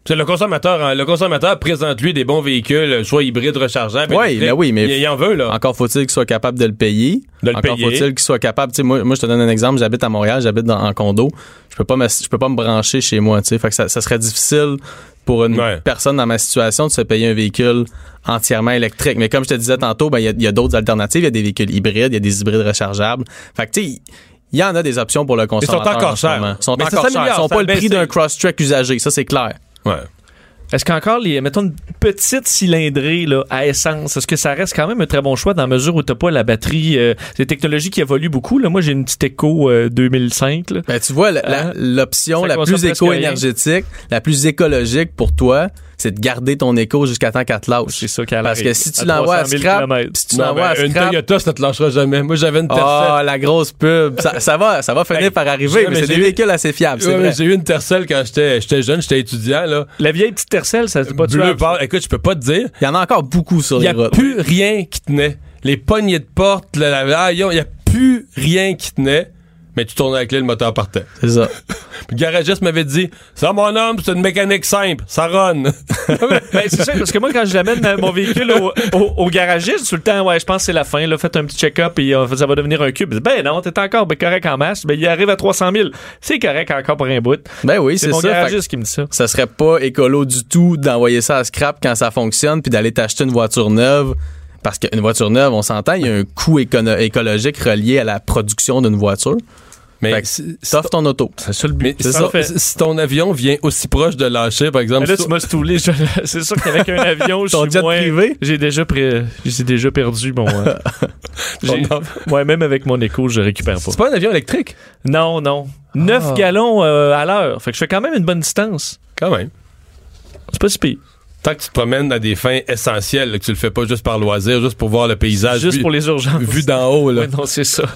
C'est le consommateur, hein, le consommateur présente lui des bons véhicules, soit hybrides rechargeables. Ouais, ben oui, mais il, il en veut là. Encore faut-il qu'il soit capable de le payer. De le encore payer. faut-il qu'il soit capable. Tu sais, moi, moi, je te donne un exemple. J'habite à Montréal, j'habite dans, en condo. Je peux pas me, je peux pas me brancher chez moi. Tu sais, fait que ça, ça serait difficile pour une ouais. personne dans ma situation de se payer un véhicule entièrement électrique. Mais comme je te disais tantôt, ben il y a, y a d'autres alternatives. Il y a des véhicules hybrides, il y a des hybrides rechargeables. Fait que tu sais. Il y en a des options pour le consommateur. Ils sont encore chers. Ils sont mais encore chers. Ils sont pas le prix d'un Crosstrek usagé. Ça, c'est clair. Ouais. Est-ce qu'encore, les, mettons, une petite cylindrée là, à essence, est-ce que ça reste quand même un très bon choix dans la mesure où tu n'as pas la batterie? Euh, c'est des technologies qui évoluent beaucoup. Là. Moi, j'ai une petite Eco euh, deux mille cinq. Là. Ben, tu vois, la, hein? l'option Ça la plus éco-énergétique, la plus écologique pour toi, c'est de garder ton éco jusqu'à temps qu'elle te lâche. C'est ça qu'elle Parce arrive, que si tu l'envoies à scrap, si tu non, l'envoies ben, à une scrap, Toyota, ça te lâchera jamais. Moi, j'avais une Tercel. oh, la grosse pub. Ça, ça va, ça va finir hey, par arriver, mais, mais c'est des eu... véhicules assez fiables, c'est ouais, vrai. J'ai eu une Tercel quand j'étais, j'étais jeune, j'étais étudiant, là. La vieille petite Tercel, ça c'est pas Bleu pâle. Écoute, je peux pas te dire. Il y en a encore beaucoup sur les routes. Il y a plus rien qui tenait. Les poignées de porte, le haillon, il y a plus rien qui tenait. Mais tu tournais avec clé, le moteur partait. C'est ça. Puis le garagiste m'avait dit, ça, mon homme, c'est une mécanique simple, ça run. Ben, c'est ça, parce que moi, quand je l'amène mon véhicule au, au, au garagiste, tout le temps, ouais, je pense que c'est la fin, là, faites un petit check-up et euh, ça va devenir un cube. Ben non, t'es encore ben, correct en masse. Ben, il arrive à trois cent mille. C'est correct encore pour un bout. Ben oui, c'est, c'est mon ça. garagiste qui me dit ça. Ça serait pas écolo du tout d'envoyer ça à scrap quand ça fonctionne puis d'aller t'acheter une voiture neuve. Parce qu'une voiture neuve, on s'entend, il y a un coût écono- écologique relié à la production d'une voiture. Mais fait que t'offres ton auto. C'est ça le but. C'est ça. Si ton avion vient aussi proche de lâcher, par exemple. Mais là, tu m'as stoulé. Je... C'est sûr qu'avec un avion, je ton suis jet moins... privé? J'ai déjà, pré... j'ai déjà perdu mon... Euh... j'ai... Ouais, même avec mon écho, je récupère pas. C'est pas un avion électrique? Non, non. neuf ah. gallons euh, à l'heure. Fait que je fais quand même une bonne distance. Quand même. C'est pas si pire. Tant que tu te promènes dans des fins essentielles, là, que tu le fais pas juste par loisir, juste pour voir le paysage. Juste vu, pour les urgences. Vu d'en haut, là. Ouais, non, c'est ça.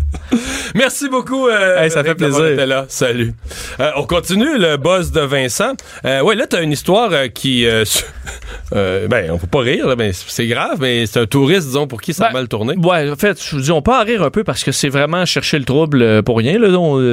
Merci beaucoup. Euh, hey, ça fait plaisir. Là. Salut. Euh, on continue le buzz de Vincent. Euh, ouais, là, t'as une histoire euh, qui... Euh, euh, ben, on peut pas rire, là, ben, c'est grave, mais c'est un touriste, disons, pour qui ça ben, a mal tourné. Ouais, en fait, je vous dis, on peut en rire un peu parce que c'est vraiment chercher le trouble pour rien. Là, donc,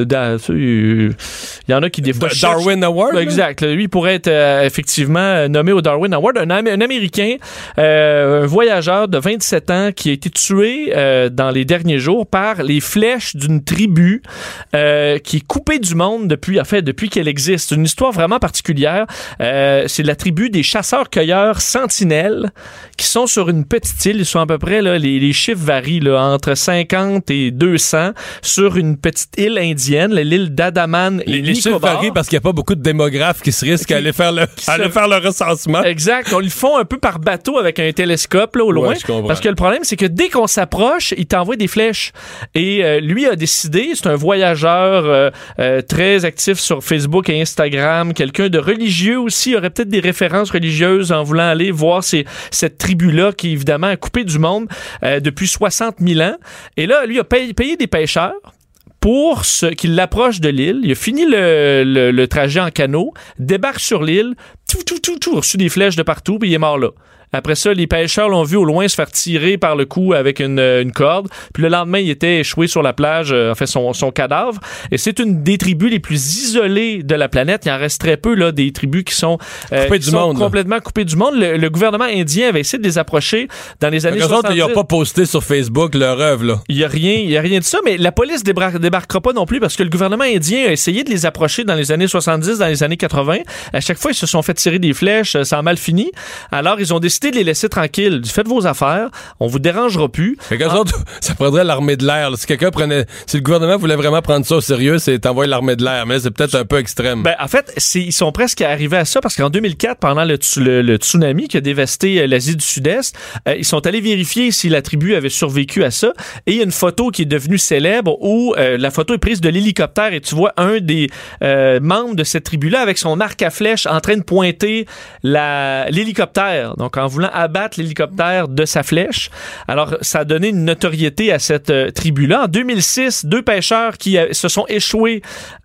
il y en a qui, des fois... D- Darwin Award? Ben, exact. Lui, il pourrait être euh, effectivement nommé au Darwin Award. Un, un Américain, euh, un voyageur de vingt-sept ans qui a été tué euh, dans les derniers jours par les flèches d'une tribu euh, qui est coupée du monde depuis, en fait, depuis qu'elle existe. C'est une histoire vraiment particulière. Euh, c'est la tribu des chasseurs-cueilleurs sentinelles qui sont sur une petite île. Ils sont à peu près, là, les, les chiffres varient là, entre cinquante et deux cents sur une petite île indienne, l'île d'Andaman et les, les chiffres varient parce qu'il n'y a pas beaucoup de démographes qui se risquent qui, à aller faire le, à aller faire le recensement. Exact. On le font un peu par bateau avec un télescope là, au loin. Ouais, parce que le problème, c'est que dès qu'on s'approche, il t'envoie des flèches. Et euh, lui a décidé, c'est un voyageur euh, euh, très actif sur Facebook et Instagram, quelqu'un de religieux aussi, il aurait peut-être des références religieuses en voulant aller voir ces, cette tribu-là qui, évidemment, a coupé du monde euh, depuis soixante mille ans. Et là, lui a payé, payé des pêcheurs pour ce, qu'il l'approche de l'île. Il a fini le, le, le trajet en canot, débarque sur l'île, tout, tout, tout, tout, reçu des flèches de partout, puis il est mort là. Après ça, les pêcheurs l'ont vu au loin se faire tirer par le cou avec une, une corde. Puis le lendemain, il était échoué sur la plage, euh, en fait, son, son cadavre. Et c'est une des tribus les plus isolées de la planète. Il en reste très peu, là, des tribus qui sont, euh, coupées qui du sont monde, complètement là. coupées du monde. Le, le gouvernement indien avait essayé de les approcher dans les années soixante-dix. Ils n'ont pas posté sur Facebook leur œuvre, là. Il n'y a rien, il y a rien de ça, mais la police débar- débarquera pas non plus parce que le gouvernement indien a essayé de les approcher dans les années soixante-dix, dans les années quatre-vingts. À chaque fois, ils se sont fait tirer des flèches, ça a mal fini. Alors, ils ont décidé de les laisser tranquilles. Faites vos affaires, on vous dérangera plus. Ah. Autres, ça prendrait l'armée de l'air. Là. Si quelqu'un prenait, si le gouvernement voulait vraiment prendre ça au sérieux, c'est t'envoyer l'armée de l'air. Mais là, c'est peut-être un peu extrême. Ben, en fait, c'est, ils sont presque arrivés à ça parce qu'en deux mille quatre, pendant le, le, le tsunami qui a dévasté l'Asie du Sud-Est, euh, ils sont allés vérifier si la tribu avait survécu à ça. Et il y a une photo qui est devenue célèbre où euh, la photo est prise de l'hélicoptère et tu vois un des euh, membres de cette tribu-là avec son arc à flèche en train de pointer la, l'hélicoptère. Donc, en voulant abattre l'hélicoptère de sa flèche. Alors, ça a donné une notoriété à cette euh, tribu-là. En deux mille six, deux pêcheurs qui euh, se sont échoués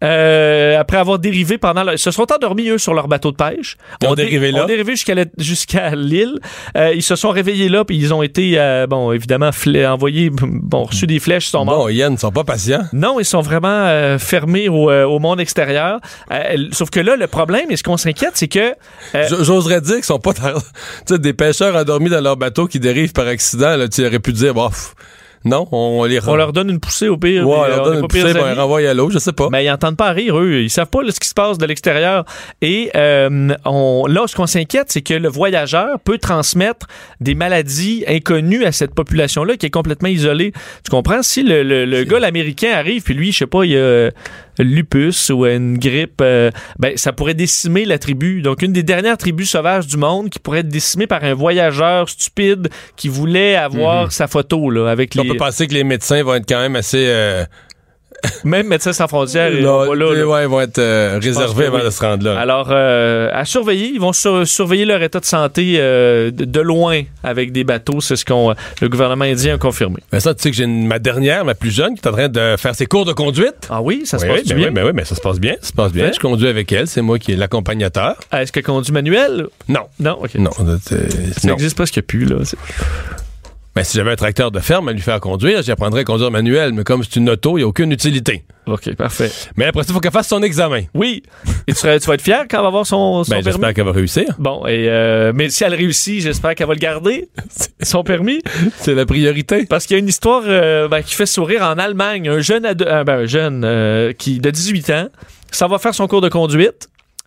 euh, après avoir dérivé pendant... Le... Ils se sont endormis, eux, sur leur bateau de pêche. Ils ont dérivé dé... là. Ont dérivé jusqu'à, la... jusqu'à l'île. Euh, ils se sont réveillés là, puis ils ont été, euh, bon, évidemment, flé... envoyés, bon, reçus des flèches, ils sont morts. Bon, Yann, ils sont pas patients. Non, ils sont vraiment euh, fermés au, euh, au monde extérieur. Euh, sauf que là, le problème, et ce qu'on s'inquiète, c'est que fait... Euh, J'oserais dire qu'ils sont pas dans, tu sais, des pêcheurs endormis dans leur bateau qui dérivent par accident. Là, tu aurais pu dire, bon, pff, non, on les on leur donne une poussée au pire. Ouais, on leur donne une poussée, on les renvoie à l'eau, je sais pas. Mais ils n'entendent pas rire, eux. Ils savent pas là, ce qui se passe de l'extérieur. Et euh, on, là, ce qu'on s'inquiète, c'est que le voyageur peut transmettre des maladies inconnues à cette population-là qui est complètement isolée. Tu comprends? Si le, le, le gars, l'Américain, arrive, puis lui, je sais pas, il a lupus ou une grippe, euh, ben ça pourrait décimer la tribu. Donc, une des dernières tribus sauvages du monde qui pourrait être décimée par un voyageur stupide qui voulait avoir mm-hmm. sa photo là, avec les... On peut penser que les médecins vont être quand même assez... Euh... Même Médecins sans frontières, là, là, là, là. Ouais, ils vont être euh, réservés avant oui. de se rendre là. Alors, euh, à surveiller, ils vont sur, surveiller leur état de santé euh, de, de loin avec des bateaux. C'est ce qu'on le gouvernement indien a confirmé. Mais ça, tu sais que j'ai une, ma dernière, ma plus jeune, qui est en train de faire ses cours de conduite. Ah oui, ça se oui, passe oui, bien. Oui, ben oui, mais ça se passe bien. Ça se passe bien. Je conduis avec elle. C'est moi qui est l'accompagnateur. Ah, est-ce qu'elle conduit manuel? Non. Non, OK. Non. Ça n'existe presque plus, là. C'est... Ben, si j'avais un tracteur de ferme à lui faire conduire, j'apprendrais à conduire manuel. Mais comme c'est une auto, il n'y a aucune utilité. OK, parfait. Mais après ça, il faut qu'elle fasse son examen. Oui. Et tu, serais, tu vas être fier quand elle va avoir son, son ben, permis? J'espère qu'elle va réussir. Bon, et euh, mais si elle réussit, j'espère qu'elle va le garder, son permis. C'est la priorité. Parce qu'il y a une histoire euh, ben, qui fait sourire en Allemagne. Un jeune, ado- euh, ben, un jeune euh, qui de dix-huit ans, ça va faire son cours de conduite.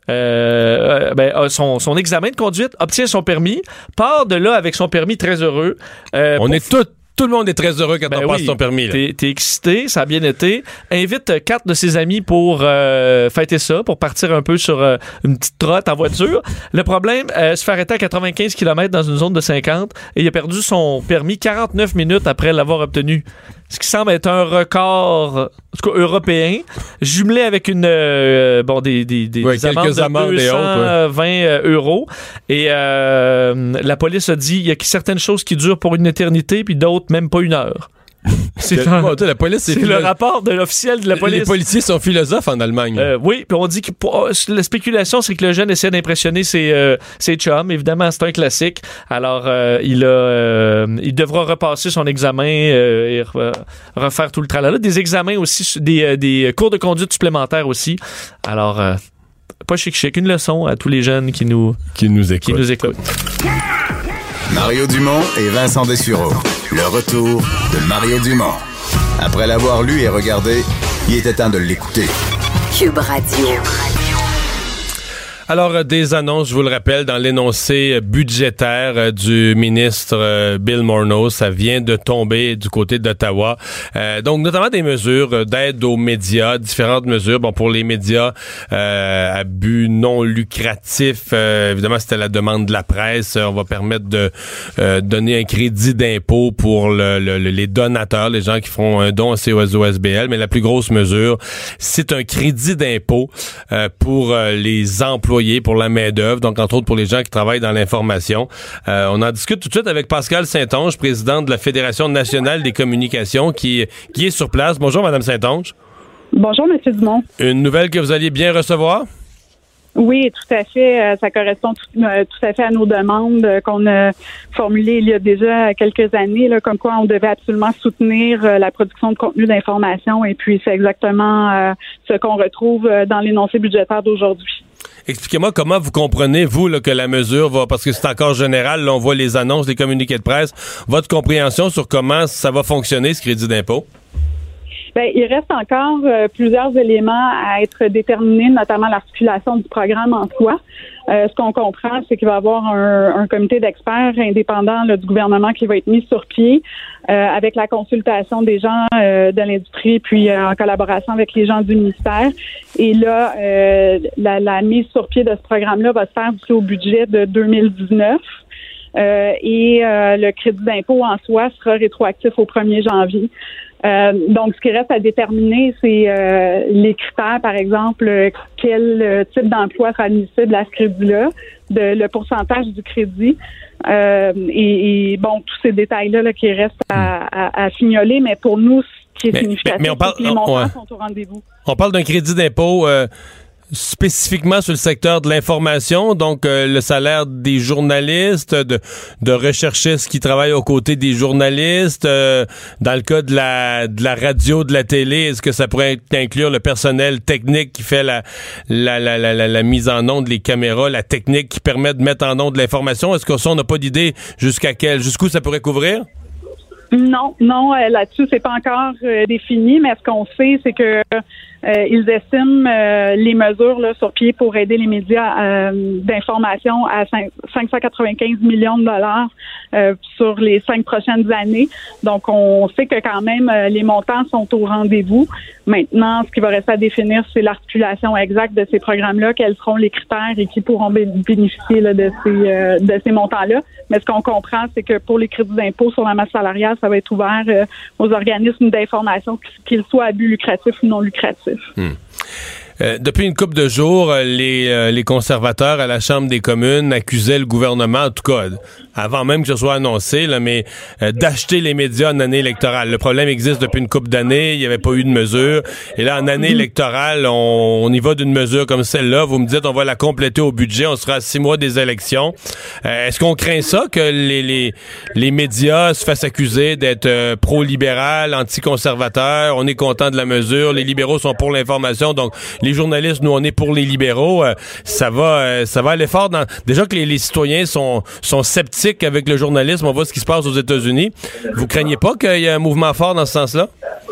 Euh, ben, son, son examen de conduite, obtient son permis, part de là avec son permis très heureux. Euh, On pour... est tous, tout le monde est très heureux quand ben on oui, passe son permis. Là. T'es, t'es excité, ça a bien été. Invite quatre de ses amis pour euh, fêter ça, pour partir un peu sur euh, une petite trotte en voiture. Le problème, euh, se faire arrêter à quatre-vingt-quinze kilomètres dans une zone de cinquante et il a perdu son permis quarante-neuf minutes après l'avoir obtenu. Ce qui semble être un record, en tout cas européen, jumelé avec une euh, bon des des des, oui, des amendes de amendes deux cent vingt euros et euh, la police a dit il y a certaines choses qui durent pour une éternité puis d'autres même pas une heure. C'est, le, un, la police, c'est, c'est philo- le rapport de l'officiel de la police. Les policiers sont philosophes en Allemagne. Euh, oui, puis on dit que pour, la spéculation, c'est que le jeune essaie d'impressionner ses, euh, ses chums. Évidemment, c'est un classique. Alors, euh, il a, euh, il devra repasser son examen euh, et re- refaire tout le tralala. Des examens aussi, des, euh, des cours de conduite supplémentaires aussi. Alors, euh, pas chic-chic. Une leçon à tous les jeunes qui nous, qui nous écoutent. Qui nous écoutent. Mario Dumont et Vincent Dessureau. Le retour de Mario Dumont. Après l'avoir lu et regardé, il était temps de l'écouter. Cube Radio. Alors, des annonces, je vous le rappelle, dans l'énoncé budgétaire du ministre Bill Morneau, ça vient de tomber du côté d'Ottawa. Euh, donc, notamment des mesures d'aide aux médias, différentes mesures. Bon, pour les médias euh, à but non lucratif, euh, évidemment, c'était la demande de la presse. On va permettre de euh, donner un crédit d'impôt pour le, le, les donateurs, les gens qui feront un don à C O S O S B L. Mais la plus grosse mesure, c'est un crédit d'impôt euh, pour euh, les emplois pour la main-d'œuvre, donc entre autres pour les gens qui travaillent dans l'information. Euh, on en discute tout de suite avec Pascale Saint-Onge, présidente de la Fédération nationale des communications, qui, qui est sur place. Bonjour, Madame Saint-Onge. Bonjour, M. Dumont. Une nouvelle que vous alliez bien recevoir? Oui, tout à fait. Ça correspond tout, tout à fait à nos demandes qu'on a formulées il y a déjà quelques années, là, comme quoi on devait absolument soutenir la production de contenu d'information. Et puis, c'est exactement euh, ce qu'on retrouve dans l'énoncé budgétaire d'aujourd'hui. Expliquez-moi comment vous comprenez, vous, là, que la mesure va, parce que c'est encore général, là, on voit les annonces, les communiqués de presse, votre compréhension sur comment ça va fonctionner, ce crédit d'impôt? Bien, il reste encore euh, plusieurs éléments à être déterminés, notamment l'articulation du programme en soi. Euh, ce qu'on comprend, c'est qu'il va y avoir un, un comité d'experts indépendant là, du gouvernement qui va être mis sur pied euh, avec la consultation des gens euh, de l'industrie, puis euh, en collaboration avec les gens du ministère. Et là, euh, la, la mise sur pied de ce programme-là va se faire d'ici au budget de deux mille dix-neuf. Euh, et euh, le crédit d'impôt en soi sera rétroactif au premier janvier. Euh, donc, ce qui reste à déterminer, c'est euh, les critères, par exemple, euh, quel euh, type d'emploi sera admissible à ce crédit-là, de, le pourcentage du crédit, euh, et, et bon, tous ces détails-là là, qui restent à, à, à signaler, mais pour nous, ce qui est mais, significatif, mais on parle, c'est que les montants ouais. sont au rendez-vous. On parle d'un crédit d'impôt... Euh spécifiquement sur le secteur de l'information, donc euh, le salaire des journalistes, de, de recherchistes qui travaillent aux côtés des journalistes. Euh, dans le cas de la, de la radio, de la télé, est-ce que ça pourrait inclure le personnel technique qui fait la, la, la, la, la, la mise en onde, les caméras, la technique qui permet de mettre en onde l'information? Est-ce que ça, on n'a pas d'idée jusqu'à quel, jusqu'où ça pourrait couvrir? Non, non, euh, là-dessus, c'est pas encore euh, défini, mais ce qu'on sait, c'est que euh, ils estiment euh, les mesures là, sur pied pour aider les médias euh, d'information à cinq cent quatre-vingt-quinze millions de dollars euh, sur les cinq prochaines années. Donc, on sait que quand même, euh, les montants sont au rendez-vous. Maintenant, ce qui va rester à définir, c'est l'articulation exacte de ces programmes-là, quels seront les critères et qui pourront bénéficier là, de ces euh, de ces montants-là. Mais ce qu'on comprend, c'est que pour les crédits d'impôt sur la masse salariale, ça va être ouvert euh, aux organismes d'information, qu'ils soient à but lucratif ou non lucratif. Hmm. Euh, depuis une couple de jours, les, euh, les conservateurs à la Chambre des communes accusaient le gouvernement, en tout cas, avant même que ce soit annoncé, là, mais euh, d'acheter les médias en année électorale. Le problème existe depuis une couple d'années, il n'y avait pas eu de mesure. Et là, en année électorale, on, on y va d'une mesure comme celle-là. Vous me dites, on va la compléter au budget, on sera à six mois des élections. Euh, est-ce qu'on craint ça, que les, les, les médias se fassent accuser d'être euh, pro-libéral, anti-conservateurs? On est content de la mesure, les libéraux sont pour l'information, donc les journalistes, nous, on est pour les libéraux. Euh, ça va euh, ça va aller fort. Dans... Déjà que les, les citoyens sont, sont sceptiques avec le journalisme. On voit ce qui se passe aux États-Unis. Vous craignez pas qu'il y ait un mouvement fort dans ce sens-là?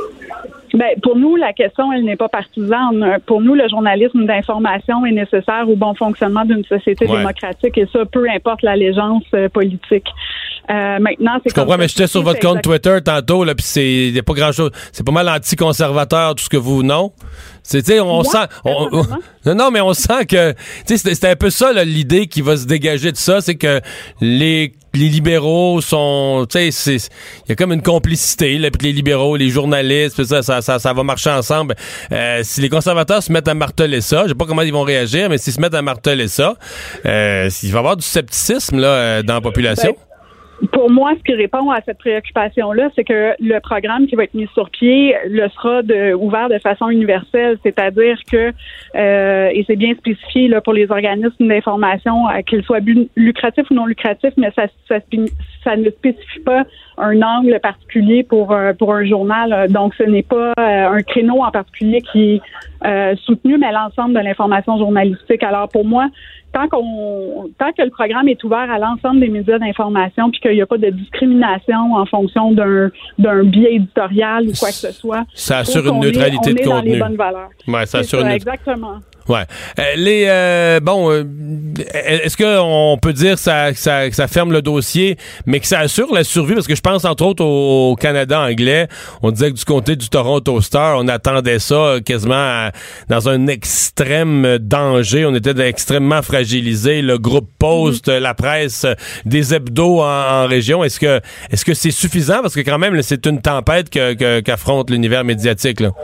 Ben, pour nous, la question, elle n'est pas partisane. Pour nous, le journalisme d'information est nécessaire au bon fonctionnement d'une société ouais. démocratique, et ça, peu importe l'allégeance euh, politique. Euh, maintenant, c'est Je comprends, mais j'étais sur votre compte exact... Twitter tantôt, là, puis c'est y a pas grand-chose. C'est pas mal anti-conservateur, tout ce que vous, non? C'est, tu sais, on Moi, sent, on, on, non, non, mais on sent que, tu sais, c'était, c'était un peu ça, là, l'idée qui va se dégager de ça, c'est que les, les libéraux sont, tu sais, il y a comme une complicité, là, puis les libéraux, les journalistes, puis ça, ça, ça, ça va marcher ensemble. Euh, si les conservateurs se mettent à marteler ça, je sais pas comment ils vont réagir, mais s'ils se mettent à marteler ça, euh, il va y avoir du scepticisme, là, euh, dans la population. Ben, pour moi, ce qui répond à cette préoccupation-là, c'est que le programme qui va être mis sur pied le sera de, ouvert de façon universelle, c'est-à-dire que, euh, et c'est bien spécifié là, pour les organismes d'information, euh, qu'ils soient lucratifs ou non lucratifs, mais ça, ça, ça ne spécifie pas un angle particulier pour, euh, pour un journal. Donc, ce n'est pas euh, un créneau en particulier qui est euh, soutenu, mais l'ensemble de l'information journalistique. Alors, pour moi, Tant qu'on, tant que le programme est ouvert à l'ensemble des médias d'information, puis qu'il n'y a pas de discrimination en fonction d'un, d'un biais éditorial ou quoi que ce soit, ça assure une neutralité est, de on est contenu. Dans les bonnes valeurs. Ouais, ça assure ça, une exactement. Ouais. Euh, les euh, bon, euh, est-ce que on peut dire que ça, que ça, que ça ferme le dossier, mais que ça assure la survie? Parce que je pense entre autres au, au Canada anglais, on disait que du côté du Toronto Star, on attendait ça quasiment à, dans un extrême danger. On était extrêmement fragilisé. Le groupe Post, mm-hmm. la presse, des hebdos en, en région. Est-ce que est-ce que c'est suffisant? Parce que quand même, là, c'est une tempête que, que, qu'affronte l'univers médiatique, là.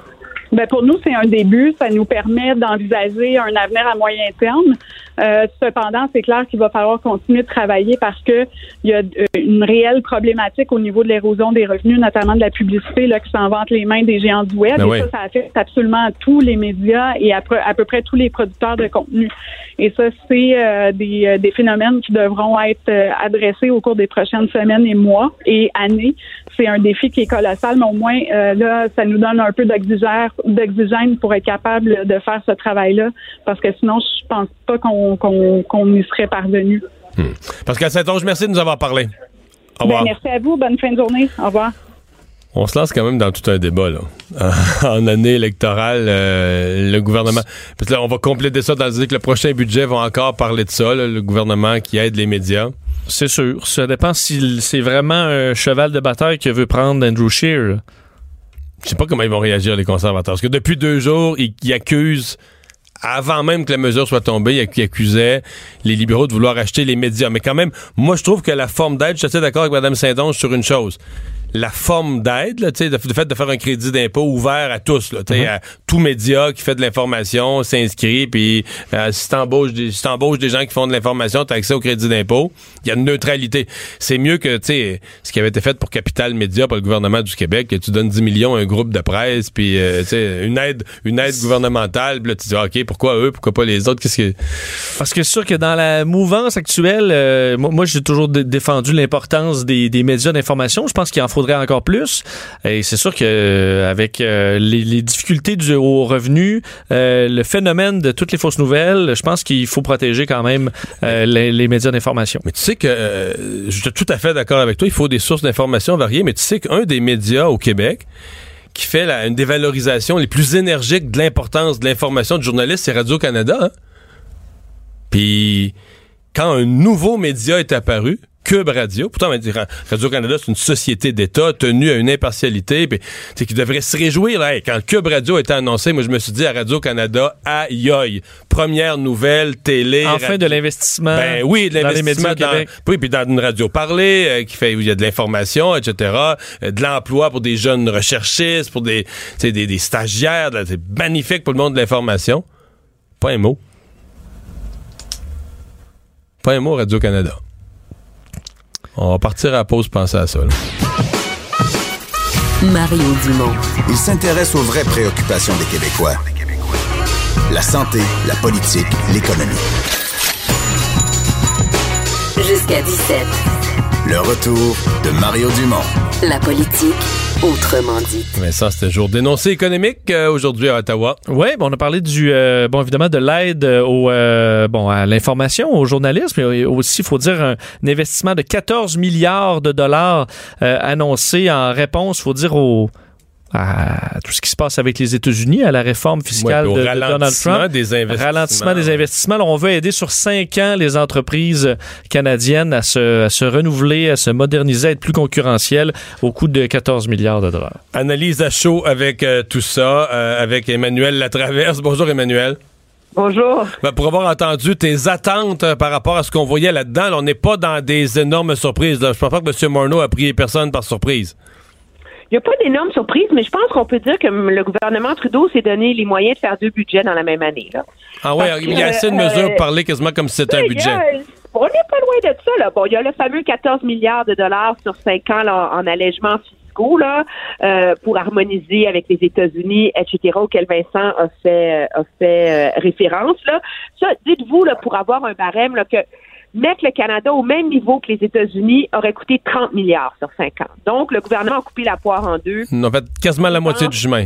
Ben pour nous, c'est un début. Ça nous permet d'envisager un avenir à moyen terme. Euh, cependant, c'est clair qu'il va falloir continuer de travailler parce que il y a une réelle problématique au niveau de l'érosion des revenus, notamment de la publicité là, qui s'en vante les mains des géants du web. Ben et oui. ça, ça affecte absolument tous les médias et à peu, à peu près tous les producteurs de contenu. Et ça, c'est euh, des, des phénomènes qui devront être euh, adressés au cours des prochaines semaines et mois et années. C'est un défi qui est colossal, mais au moins, euh, là, ça nous donne un peu d'oxygène, d'oxygène pour être capable de faire ce travail-là, parce que sinon, je pense pas qu'on, qu'on, qu'on y serait parvenu. Hmm. Pascal Saint-Onge, merci de nous avoir parlé. Au revoir. Ben, merci à vous. Bonne fin de journée. Au revoir. On se lance quand même dans tout un débat, là. En année électorale, euh, le gouvernement... Parce que là, on va compléter ça dans le dire que le prochain budget va encore parler de ça, là, le gouvernement qui aide les médias. C'est sûr. Ça dépend si c'est vraiment un cheval de bataille que veut prendre Andrew Scheer. Je sais pas comment ils vont réagir, les conservateurs. Parce que depuis deux jours, ils, ils accusent, avant même que la mesure soit tombée, ils accusaient les libéraux de vouloir acheter les médias. Mais quand même, moi, je trouve que la forme d'aide, je suis assez d'accord avec Mme Saint-Onge sur une chose. la forme d'aide, là, tu sais, le fait de faire un crédit d'impôt ouvert à tous, là, tu sais, mm-hmm. à tout média qui fait de l'information, s'inscrit, puis euh, si t'embauches des, si t'embauches des gens qui font de l'information, t'as accès au crédit d'impôt. Il y a une neutralité. C'est mieux que, tu sais, ce qui avait été fait pour Capital Média, par le gouvernement du Québec, que tu donnes dix millions à un groupe de presse, puis, euh, tu sais, une aide, une aide gouvernementale, puis là, tu dis, OK, pourquoi eux, pourquoi pas les autres, qu'est-ce que... Parce que c'est sûr que dans la mouvance actuelle, euh, moi, moi, j'ai toujours d- défendu l'importance des, des médias d'information. Je pense qu'il en faudrait encore plus. Et c'est sûr que euh, avec euh, les, les difficultés du haut revenu, euh, le phénomène de toutes les fausses nouvelles, je pense qu'il faut protéger quand même euh, les, les médias d'information. Mais tu sais que euh, je suis tout à fait d'accord avec toi. Il faut des sources d'information variées. Mais tu sais qu'un des médias au Québec qui fait la, une des valorisations les plus énergiques de l'importance de l'information du journaliste, c'est Radio-Canada. Hein? Puis quand un nouveau média est apparu, Cube Radio, pourtant Radio-Canada, c'est une société d'État tenue à une impartialité, puis c'est qui devrait se réjouir. Là, hey, quand Cube Radio a été annoncé, moi je me suis dit à Radio-Canada, aïe aïe, première nouvelle, télé... Enfin radio, de l'investissement ben, oui, de l'investissement dans les médias au Québec. Oui, puis dans une radio parlée, euh, qui fait, où il y a de l'information, et cetera, euh, de l'emploi pour des jeunes recherchistes, pour des, des, des stagiaires, là, c'est magnifique pour le monde de l'information. Pas un mot. Pas un mot Radio-Canada. On va partir à la pause, penser à ça. Là. Mario Dumont. Il s'intéresse aux vraies préoccupations des Québécois. La santé, la politique, l'économie. Jusqu'à dix-sept. Le retour de Mario Dumont. La politique, autrement dit. Vincent, c'était jour d'énoncé économique euh, aujourd'hui à Ottawa. Oui, bon, on a parlé du, euh, bon, évidemment, de l'aide au, euh, bon, à l'information, au journalisme, mais aussi, il faut dire, un, un investissement de quatorze milliards de dollars euh, annoncé en réponse, il faut dire, au à tout ce qui se passe avec les États-Unis, à la réforme fiscale ouais, de, de Donald Trump. Des investissements. Ralentissement des investissements. Alors, on veut aider sur cinq ans les entreprises canadiennes à se, à se renouveler, à se moderniser, à être plus concurrentielles au coût de quatorze milliards de dollars. Analyse à chaud avec euh, tout ça, euh, avec Emmanuel Latraverse. Bonjour Emmanuel. Bonjour. Ben, pour avoir entendu tes attentes euh, par rapport à ce qu'on voyait là-dedans, là, on n'est pas dans des énormes surprises. Là. Je pense pas que M. Morneau a pris personne par surprise. Il n'y a pas d'énormes surprises, mais je pense qu'on peut dire que le gouvernement Trudeau s'est donné les moyens de faire deux budgets dans la même année. Là. Ah oui, il y a assez de mesures pour euh, parler quasiment comme si c'était un budget. A, on n'est pas loin de ça. Là. Bon, il y a le fameux quatorze milliards de dollars sur cinq ans là, en allègement fiscaux là, euh, pour harmoniser avec les États-Unis, et cetera, auquel Vincent a fait, a fait euh, référence. Là. Ça, dites-vous, là, pour avoir un barème, là, que mettre le Canada au même niveau que les États-Unis aurait coûté trente milliards sur cinq ans. Donc, le gouvernement a coupé la poire en deux. On a fait quasiment la moitié du chemin.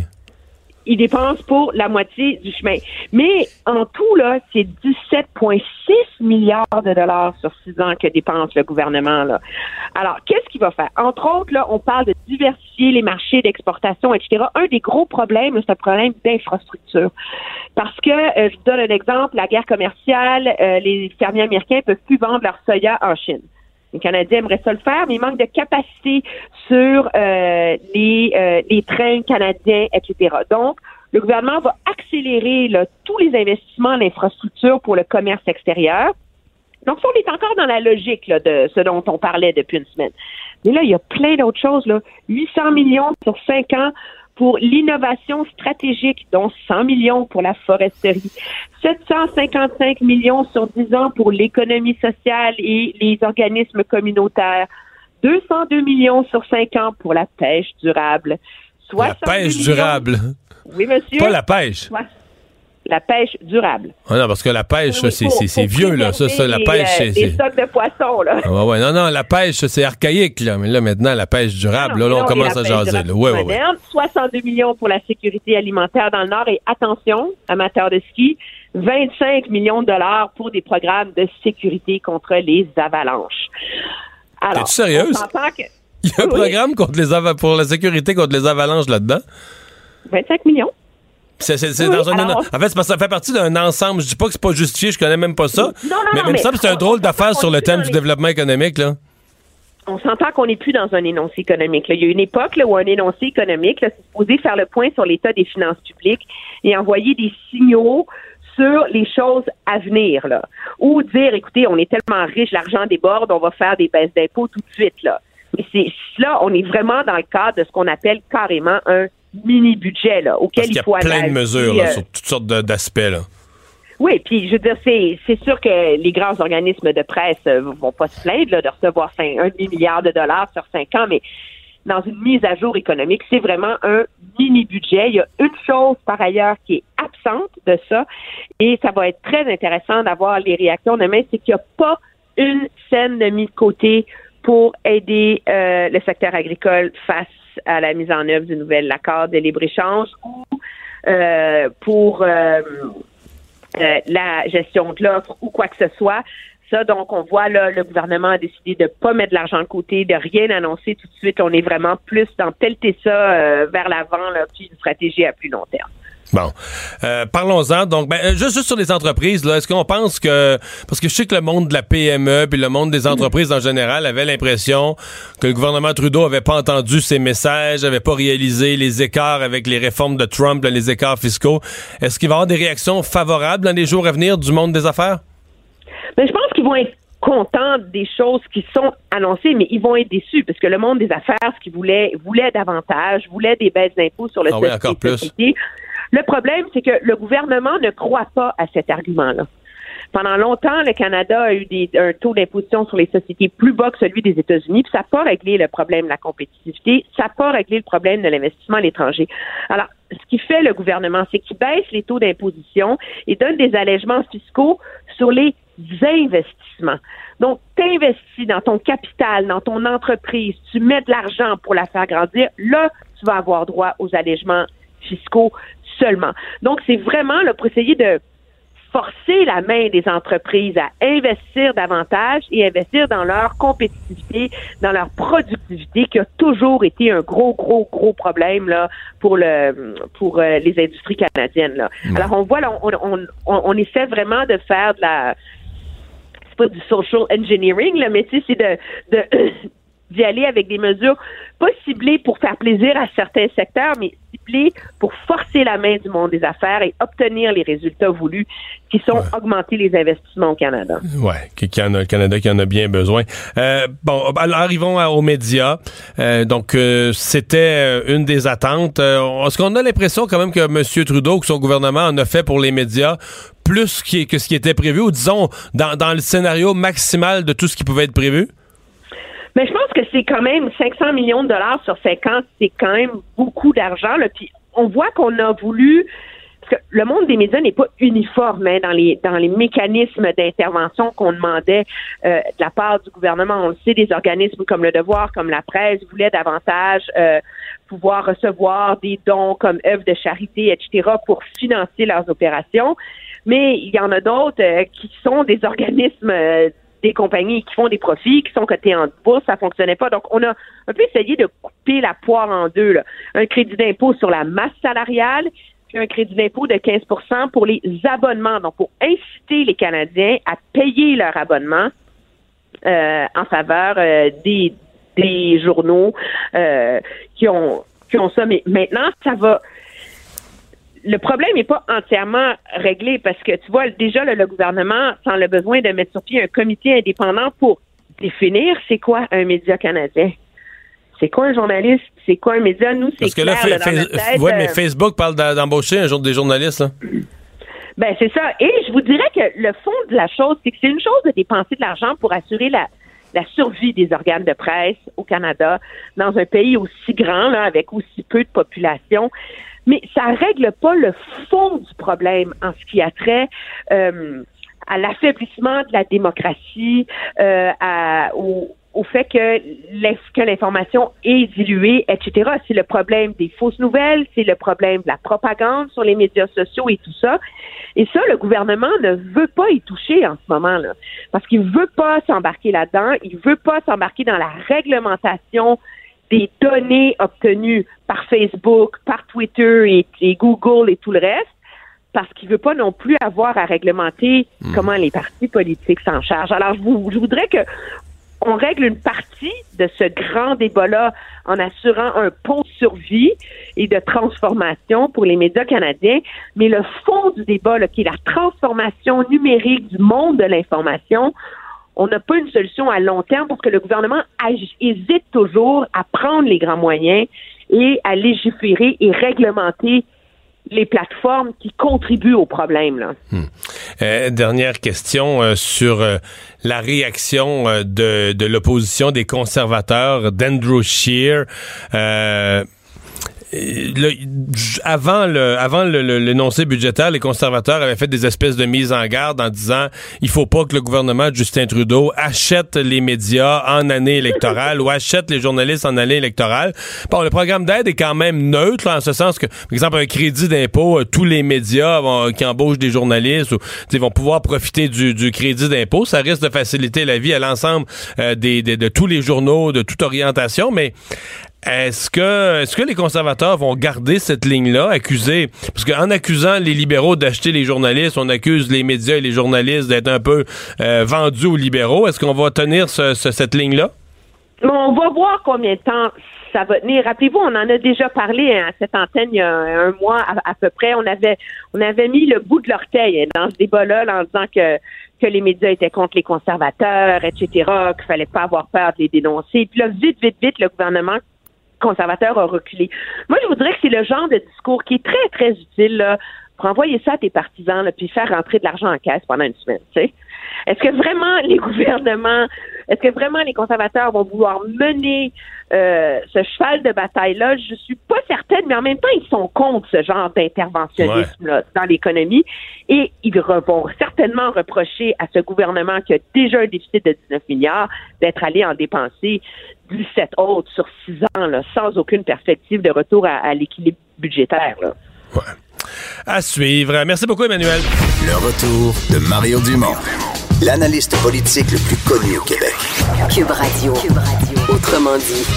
Il dépense pour la moitié du chemin. Mais en tout, là, c'est dix-sept virgule six milliards de dollars sur six ans que dépense le gouvernement. Là. Alors, qu'est-ce qu'il va faire? Entre autres, là, on parle de diversifier les marchés d'exportation, et cetera. Un des gros problèmes, c'est un problème d'infrastructure. Parce que, euh, je vous donne un exemple, la guerre commerciale, euh, les fermiers américains peuvent plus vendre leur soya en Chine. Les Canadiens aimeraient ça le faire, mais il manque de capacité sur euh, les, euh, les trains canadiens, et cetera. Donc, le gouvernement va accélérer là, tous les investissements en infrastructure pour le commerce extérieur. Donc, ça, on est encore dans la logique là, de ce dont on parlait depuis une semaine. Mais là, il y a plein d'autres choses. Là. huit cents millions sur cinq ans pour l'innovation stratégique, dont cent millions pour la foresterie, sept cent cinquante-cinq millions sur dix ans pour l'économie sociale et les organismes communautaires, deux cent deux millions sur cinq ans pour la pêche durable. La pêche durable? Oui, monsieur. Pas la pêche? Ouais. La pêche durable. Ah non, parce que la pêche, oui, c'est, pour, c'est, c'est vieux, là. Ça, ça, la les, pêche, euh, c'est... Les stocks de poissons, là. Ah, ouais, ouais. Non, non, la pêche, c'est archaïque, là. Mais là, maintenant, la pêche durable, non, là, là, on commence à jaser, là. Ouais, ouais, ouais. soixante-deux millions pour la sécurité alimentaire dans le Nord et, attention, amateurs de ski, vingt-cinq millions de dollars pour des programmes de sécurité contre les avalanches. Alors, t'es-tu sérieuse? Que... Il y a un oui. programme contre les av- pour la sécurité contre les avalanches là-dedans? vingt-cinq millions. C'est, c'est, c'est oui, dans un alors, en fait, c'est parce que ça fait partie d'un ensemble. Je dis pas que c'est pas justifié, je connais même pas ça. Non, non, mais non, même mais ça, c'est un drôle d'affaire sur le thème du les... développement économique, là. On s'entend qu'on n'est plus dans un énoncé économique. Là. Il y a une époque là, où un énoncé économique, là, c'est supposé faire le point sur l'état des finances publiques et envoyer des signaux sur les choses à venir, là. Ou dire, écoutez, on est tellement riche, l'argent déborde, on va faire des baisses d'impôts tout de suite, là. c'est, là, on est vraiment dans le cadre de ce qu'on appelle carrément un mini-budget, là, auquel il il faut y a plein de mesures là, euh, sur toutes sortes de, d'aspects, là. Oui, puis je veux dire, c'est, c'est sûr que les grands organismes de presse euh, vont pas se plaindre là, de recevoir cinq, un demi-milliard de dollars sur cinq ans, mais dans une mise à jour économique, c'est vraiment un mini-budget. Il y a une chose, par ailleurs, qui est absente de ça, et ça va être très intéressant d'avoir les réactions demain, c'est qu'il n'y a pas une scène de mise de côté pour aider euh, le secteur agricole face à la mise en œuvre du nouvel accord de libre-échange ou euh, pour euh, euh, la gestion de l'offre ou quoi que ce soit. Ça, donc, on voit là, le gouvernement a décidé de pas mettre de l'argent de côté, de rien annoncer tout de suite. On est vraiment plus dans pelleter ça euh, vers l'avant, là, puis une stratégie à plus long terme. Bon, euh, parlons-en. Donc, ben, juste, juste sur les entreprises, là, est-ce qu'on pense que, parce que je sais que le monde de la P M E puis le monde des entreprises en général avait l'impression que le gouvernement Trudeau avait pas entendu ses messages, avait pas réalisé les écarts avec les réformes de Trump, là, les écarts fiscaux. Est-ce qu'il va y avoir des réactions favorables dans les jours à venir du monde des affaires? Mais je pense qu'ils vont être contents des choses qui sont annoncées, mais ils vont être déçus parce que le monde des affaires, ce qu'ils voulaient, voulait davantage, voulait des baisses d'impôts sur le ah oui, encore plus. Le problème, c'est que le gouvernement ne croit pas à cet argument-là. Pendant longtemps, le Canada a eu des, un taux d'imposition sur les sociétés plus bas que celui des États-Unis, puis ça n'a pas réglé le problème de la compétitivité, ça n'a pas réglé le problème de l'investissement à l'étranger. Alors, ce qui fait le gouvernement, c'est qu'il baisse les taux d'imposition et donne des allègements fiscaux sur les investissements. Donc, tu investis dans ton capital, dans ton entreprise, tu mets de l'argent pour la faire grandir, là, tu vas avoir droit aux allègements fiscaux seulement. Donc, c'est vraiment là, pour essayer de forcer la main des entreprises à investir davantage et investir dans leur compétitivité, dans leur productivité, qui a toujours été un gros, gros, gros problème là pour le pour euh, les industries canadiennes. Là. Mmh. Alors, on voit, là, on, on, on, on essaie vraiment de faire de la... C'est pas du social engineering, là, mais tu sais, c'est de... de d'y aller avec des mesures pas ciblées pour faire plaisir à certains secteurs, mais ciblées pour forcer la main du monde des affaires et obtenir les résultats voulus qui sont ouais. augmenter les investissements au Canada. Oui, qui, qui en a, le Canada qui en a bien besoin. Euh, bon, alors arrivons à, aux médias. Euh, donc, euh, c'était une des attentes. Euh, est-ce qu'on a l'impression quand même que M. Trudeau, que son gouvernement en a fait pour les médias plus qui, que ce qui était prévu, ou disons, dans, dans le scénario maximal de tout ce qui pouvait être prévu? Mais je pense que c'est quand même cinq cents millions de dollars sur cinq ans, c'est quand même beaucoup d'argent. Là. Puis on voit qu'on a voulu, parce que le monde des médias n'est pas uniforme hein, dans les dans les mécanismes d'intervention qu'on demandait euh, de la part du gouvernement. On le sait, des organismes comme Le Devoir, comme la presse, voulaient davantage euh, pouvoir recevoir des dons comme œuvres de charité, et cetera, pour financer leurs opérations. Mais il y en a d'autres euh, qui sont des organismes euh, des compagnies qui font des profits, qui sont cotés en bourse, ça fonctionnait pas. Donc, on a un peu essayé de couper la poire en deux. Là. Un crédit d'impôt sur la masse salariale, puis un crédit d'impôt de quinze pour cent pour les abonnements. Donc, pour inciter les Canadiens à payer leur abonnement euh, en faveur euh, des, des journaux euh, qui ont qui ont ça. Mais maintenant, ça va... Le problème n'est pas entièrement réglé parce que, tu vois, déjà, le, le gouvernement sent le besoin de mettre sur pied un comité indépendant pour définir c'est quoi un média canadien. C'est quoi un journaliste? C'est quoi un média? Nous, c'est parce que clair, là, là, dans notre tête, ouais, euh... mais Facebook parle d'embaucher un jour des journalistes, là. Ben, c'est ça. Et je vous dirais que le fond de la chose, c'est que c'est une chose de dépenser de l'argent pour assurer la la survie des organes de presse au Canada, dans un pays aussi grand, là, avec aussi peu de population. Mais ça règle pas le fond du problème en ce qui a trait euh, à l'affaiblissement de la démocratie, euh, à, au, au fait que, que l'information est diluée, et cetera. C'est le problème des fausses nouvelles, c'est le problème de la propagande sur les médias sociaux et tout ça. Et ça, le gouvernement ne veut pas y toucher en ce moment, là, parce qu'il veut pas s'embarquer là-dedans, il veut pas s'embarquer dans la réglementation des données obtenues par Facebook, par Twitter et, et Google et tout le reste, parce qu'il veut pas non plus avoir à réglementer mmh. comment les partis politiques s'en chargent. Alors, je, vous, je voudrais que on règle une partie de ce grand débat-là en assurant un pont de survie et de transformation pour les médias canadiens, mais le fond du débat, là, qui est la transformation numérique du monde de l'information, on n'a pas une solution à long terme parce que le gouvernement ag- hésite toujours à prendre les grands moyens et à légiférer et réglementer les plateformes qui contribuent au problème. Là. Hmm. Euh, dernière question euh, sur euh, la réaction euh, de, de l'opposition des conservateurs, d'Andrew Scheer. Euh, Le, avant le avant le, le, l'énoncé budgétaire, les conservateurs avaient fait des espèces de mises en garde en disant il faut pas que le gouvernement de Justin Trudeau achète les médias en année électorale ou achète les journalistes en année électorale. Bon, le programme d'aide est quand même neutre là, en ce sens que, par exemple, un crédit d'impôt, euh, tous les médias vont, qui embauchent des journalistes ou vont pouvoir profiter du, du crédit d'impôt. Ça risque de faciliter la vie à l'ensemble euh, des, des de tous les journaux de toute orientation, mais Est-ce que, est-ce que les conservateurs vont garder cette ligne-là, accuser, parce qu'en accusant les libéraux d'acheter les journalistes, on accuse les médias et les journalistes d'être un peu euh, vendus aux libéraux. Est-ce qu'on va tenir ce, ce, cette ligne-là? On va voir combien de temps ça va tenir. Rappelez-vous, on en a déjà parlé hein, à cette antenne il y a un, un mois à, à peu près. On avait, on avait mis le bout de l'orteil hein, dans ce débat-là en disant que que les médias étaient contre les conservateurs, et cetera, qu'il fallait pas avoir peur de les dénoncer. Puis là, vite, vite, vite, le gouvernement conservateur a reculé. Moi, je vous dirais que c'est le genre de discours qui est très, très utile là, pour envoyer ça à tes partisans là, puis faire rentrer de l'argent en caisse pendant une semaine. Tu sais. Est-ce que vraiment les gouvernements, est-ce que vraiment les conservateurs vont vouloir mener euh, ce cheval de bataille-là? Je suis pas certaine, mais en même temps, ils sont contre ce genre d'interventionnisme-là ouais. dans l'économie et ils vont certainement reprocher à ce gouvernement qui a déjà un déficit de dix-neuf milliards d'être allé en dépenser dix-sept autres sur six ans, là, sans aucune perspective de retour à, à l'équilibre budgétaire. Là. Ouais. À suivre. Merci beaucoup, Emmanuel. Le retour de Mario Dumont, l'analyste politique le plus connu au Québec. Cube Radio. Cube Radio. Autrement dit.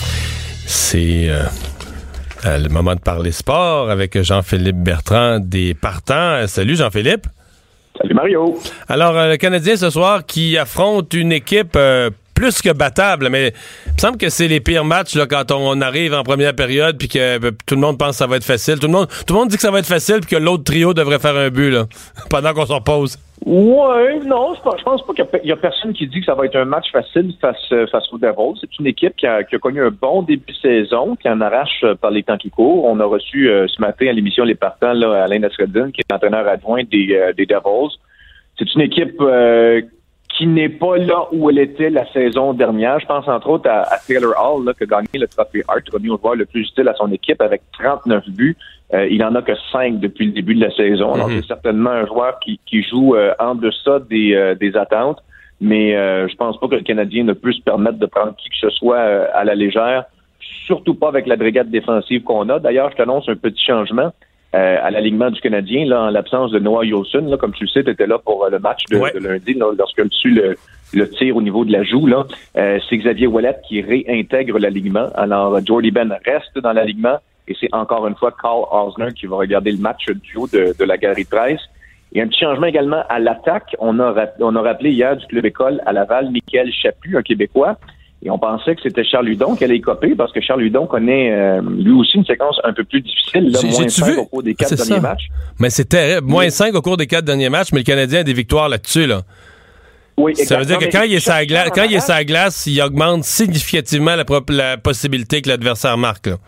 C'est euh, le moment de parler sport avec Jean-Philippe Bertrand des Partants. Salut, Jean-Philippe. Salut, Mario. Alors, euh, le Canadien ce soir qui affronte une équipe euh, plus que battable, mais il me semble que c'est les pires matchs là, quand on arrive en première période puis que ben, tout le monde pense que ça va être facile. Tout le monde, tout le monde dit que ça va être facile puis que l'autre trio devrait faire un but là, pendant qu'on se repose. Ouais, non, je pense pas qu'il y a personne qui dit que ça va être un match facile face, face aux Devils. C'est une équipe qui a, qui a connu un bon début de saison, qui en arrache par les temps qui courent. On a reçu euh, ce matin à l'émission Les Partants là, Alain Nasreddin, qui est entraîneur adjoint des, euh, des Devils. C'est une équipe euh, qui n'est pas là où elle était la saison dernière. Je pense entre autres à, à Taylor Hall, là, qui a gagné le trophée Hart, revenu au joueur le plus utile à son équipe avec trente-neuf buts. Euh, il en a que cinq depuis le début de la saison. Donc, mm-hmm. c'est certainement un joueur qui, qui joue euh, en deçà des, euh, des attentes. Mais euh, je pense pas que le Canadien ne peut se permettre de prendre qui que ce soit euh, à la légère. Surtout pas avec la brigade défensive qu'on a. D'ailleurs, je t'annonce un petit changement. Euh, à l'alignement du Canadien, là, en l'absence de Noah Jolson, là, comme tu le sais, tu étais là pour euh, le match de, ouais. de lundi, là, lorsqu'il a reçu le, le tir au niveau de la joue. Là, euh, c'est Xavier Ouellet qui réintègre l'alignement. Alors, Jordy Ben reste dans l'alignement et c'est encore une fois Carl Osner qui va regarder le match du haut de, de la Galerie treize. Il y a un petit changement également à l'attaque. On a, on a rappelé hier du club école à Laval, Michael Chaput, un Québécois. Et on pensait que c'était Charles Hudon qui allait écoper parce que Charles Hudon connaît euh, lui aussi une séquence un peu plus difficile, là, moins cinq au cours des quatre derniers matchs. Mais c'est terrible. Moins cinq au cours des quatre derniers matchs, mais le Canadien a des victoires là-dessus, là. Oui, ça veut dire que quand il est sur la glace, quand il est sur la glace, il augmente significativement la, la possibilité que l'adversaire marque, là.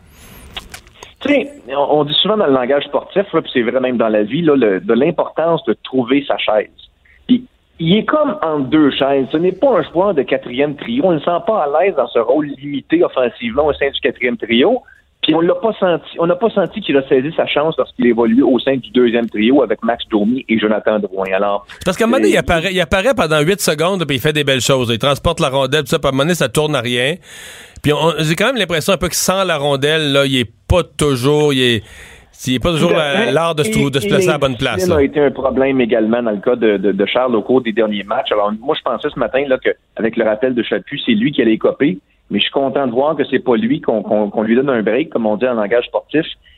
Tu sais, on, on dit souvent dans le langage sportif, là, puis c'est vrai même dans la vie, là, le, de l'importance de trouver sa chaise. Puis il est comme en deux chaises. Ce n'est pas un joueur de quatrième trio. On ne le sent pas à l'aise dans ce rôle limité offensivement au sein du quatrième trio. Puis on l'a pas senti. On n'a pas senti qu'il a saisi sa chance lorsqu'il évolue au sein du deuxième trio avec Max Domi et Jonathan Drouin. Alors, parce qu'à un moment donné, il apparaît, il apparaît pendant huit secondes puis il fait des belles choses. Il transporte la rondelle, puis ça, puis à un moment donné, ça tourne à rien. Puis on, j'ai quand même l'impression un peu que sans la rondelle, là, il est pas toujours, il est, il est pas toujours la, l'art de se, de se placer à la bonne place. Ça a été un problème également dans le cas de, de, de Charles au cours des derniers matchs. Alors moi, je pensais ce matin là que avec le rappel de Chaput, c'est lui qui allait écoper. Mais je suis content de voir que c'est pas lui qu'on, qu'on, qu'on lui donne un break, comme on dit en langage sportif.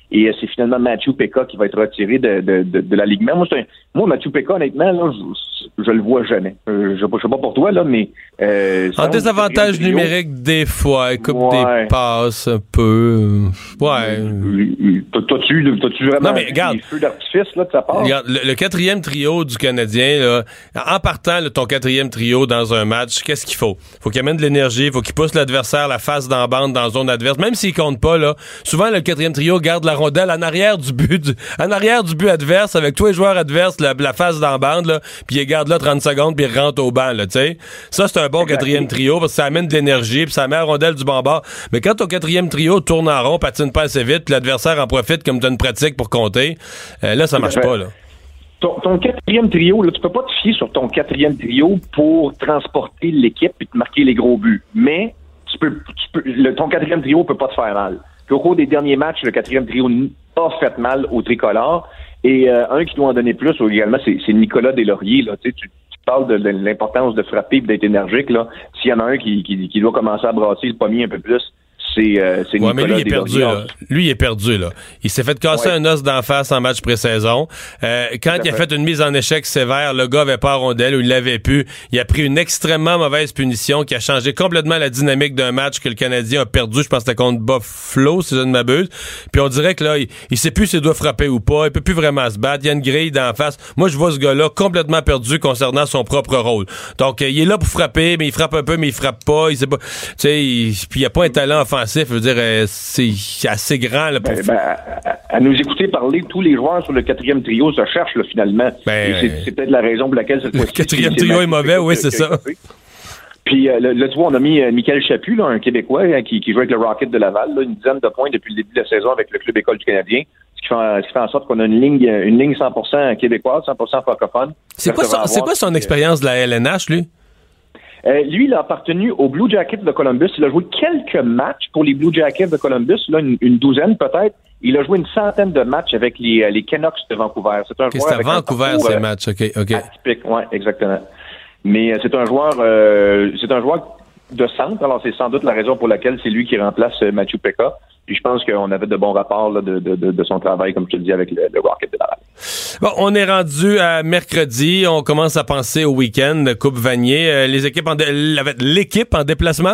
Et euh, c'est finalement Matthew Pekka qui va être retiré de, de, de, de l'alignement. Moi, c'est un, moi, Matthew Pekka, honnêtement, là, je, je le vois jamais. Euh, je, je sais pas pour toi, là, mais... Euh, en désavantage numérique, des fois, il coupe ouais. des passes un peu. Ouais. Euh, t'as-tu, t'as-tu vraiment non, mais, regarde, des feux d'artifice là, de sa part? Regarde, le, le quatrième trio du Canadien, là, en partant, là, ton quatrième trio dans un match, qu'est-ce qu'il faut? Faut qu'il amène de l'énergie, il faut qu'il pousse l'adversaire la face dans la bande, dans la zone adverse, même s'il compte pas, là. Souvent, le quatrième trio garde la rondelle en arrière du but, du, en arrière du but adverse, avec tous les joueurs adverses, la, la face dans la bande, là, puis il garde là trente secondes, puis il rentre au banc, là, tu sais. Ça, c'est un bon quatrième trio, parce que ça amène de l'énergie, puis ça met la rondelle du bon bord. Mais quand ton quatrième trio tourne en rond, patine pas assez vite, puis l'adversaire en profite comme t'as une pratique pour compter, euh, là, ça marche pas, là. Ton, ton quatrième trio, là, tu peux pas te fier sur ton quatrième trio pour transporter l'équipe et te marquer les gros buts. Mais tu peux, tu peux, le, ton quatrième trio peut pas te faire mal. Puis au cours des derniers matchs, le quatrième trio a fait mal au tricolore. Et euh, un qui doit en donner plus également, c'est, c'est Nicolas Deslauriers. Là, tu sais, tu, tu parles de, de l'importance de frapper et d'être énergique. Là. S'il y en a un qui, qui, qui doit commencer à brasser le pommier un peu plus, c'est, euh, c'est ouais, Nicolas mais lui, il est perdu, là. Lui, il est perdu, là. Il s'est fait casser ouais. un os d'en face en match pré-saison. Euh, quand il a fait. fait une mise en échec sévère, le gars avait pas rondelle ou il l'avait pu. Il a pris une extrêmement mauvaise punition qui a changé complètement la dynamique d'un match que le Canadien a perdu. Je pense que c'était contre Buffalo, si je ne m'abuse. Puis on dirait que là, il, il sait plus s'il doit frapper ou pas. Il peut plus vraiment se battre. Il y a une grille d'en face. Moi, je vois ce gars-là complètement perdu concernant son propre rôle. Donc, euh, il est là pour frapper, mais il frappe un peu, mais il frappe pas. Il sait pas. Tu sais, il, puis il a pas un talent offensif. Je veux dire, euh, c'est assez grand là, pour... Ben, ben, à, à nous écouter parler, tous les joueurs sur le quatrième trio se cherchent là, finalement. Ben, c'est, c'est peut-être la raison pour laquelle cette fois-ci... Le quatrième trio est mauvais, oui, c'est ça. Puis euh, là, tu vois, on a mis euh, Michael Chaput, là, un Québécois hein, qui, qui joue avec le Rocket de Laval, là, une dizaine de points depuis le début de la saison avec le club école du Canadien, ce qui fait, ce qui fait en sorte qu'on a une ligne, une ligne cent pour cent québécoise, cent pour cent francophone. C'est quoi, son, c'est quoi son expérience de la L N H, lui? Euh, lui, il a appartenu aux Blue Jackets de Columbus. Il a joué quelques matchs pour les Blue Jackets de Columbus, là, une, une douzaine peut-être. Il a joué une centaine de matchs avec les, les Canucks de Vancouver. C'est un okay, joueur c'est à Vancouver, ces euh, matchs. OK, OK. Atypique, oui, exactement. Mais euh, c'est un joueur euh, c'est un joueur de centre. Alors, c'est sans doute la raison pour laquelle c'est lui qui remplace euh, Matthew Pekka. Puis je pense qu'on avait de bons rapports là, de, de, de, de son travail, comme je te le dis, avec le, le Rocket de Laval. Bon, on est rendu à mercredi. On commence à penser au week-end, Coupe Vanier. Euh, les équipes en dé- l'équipe en déplacement?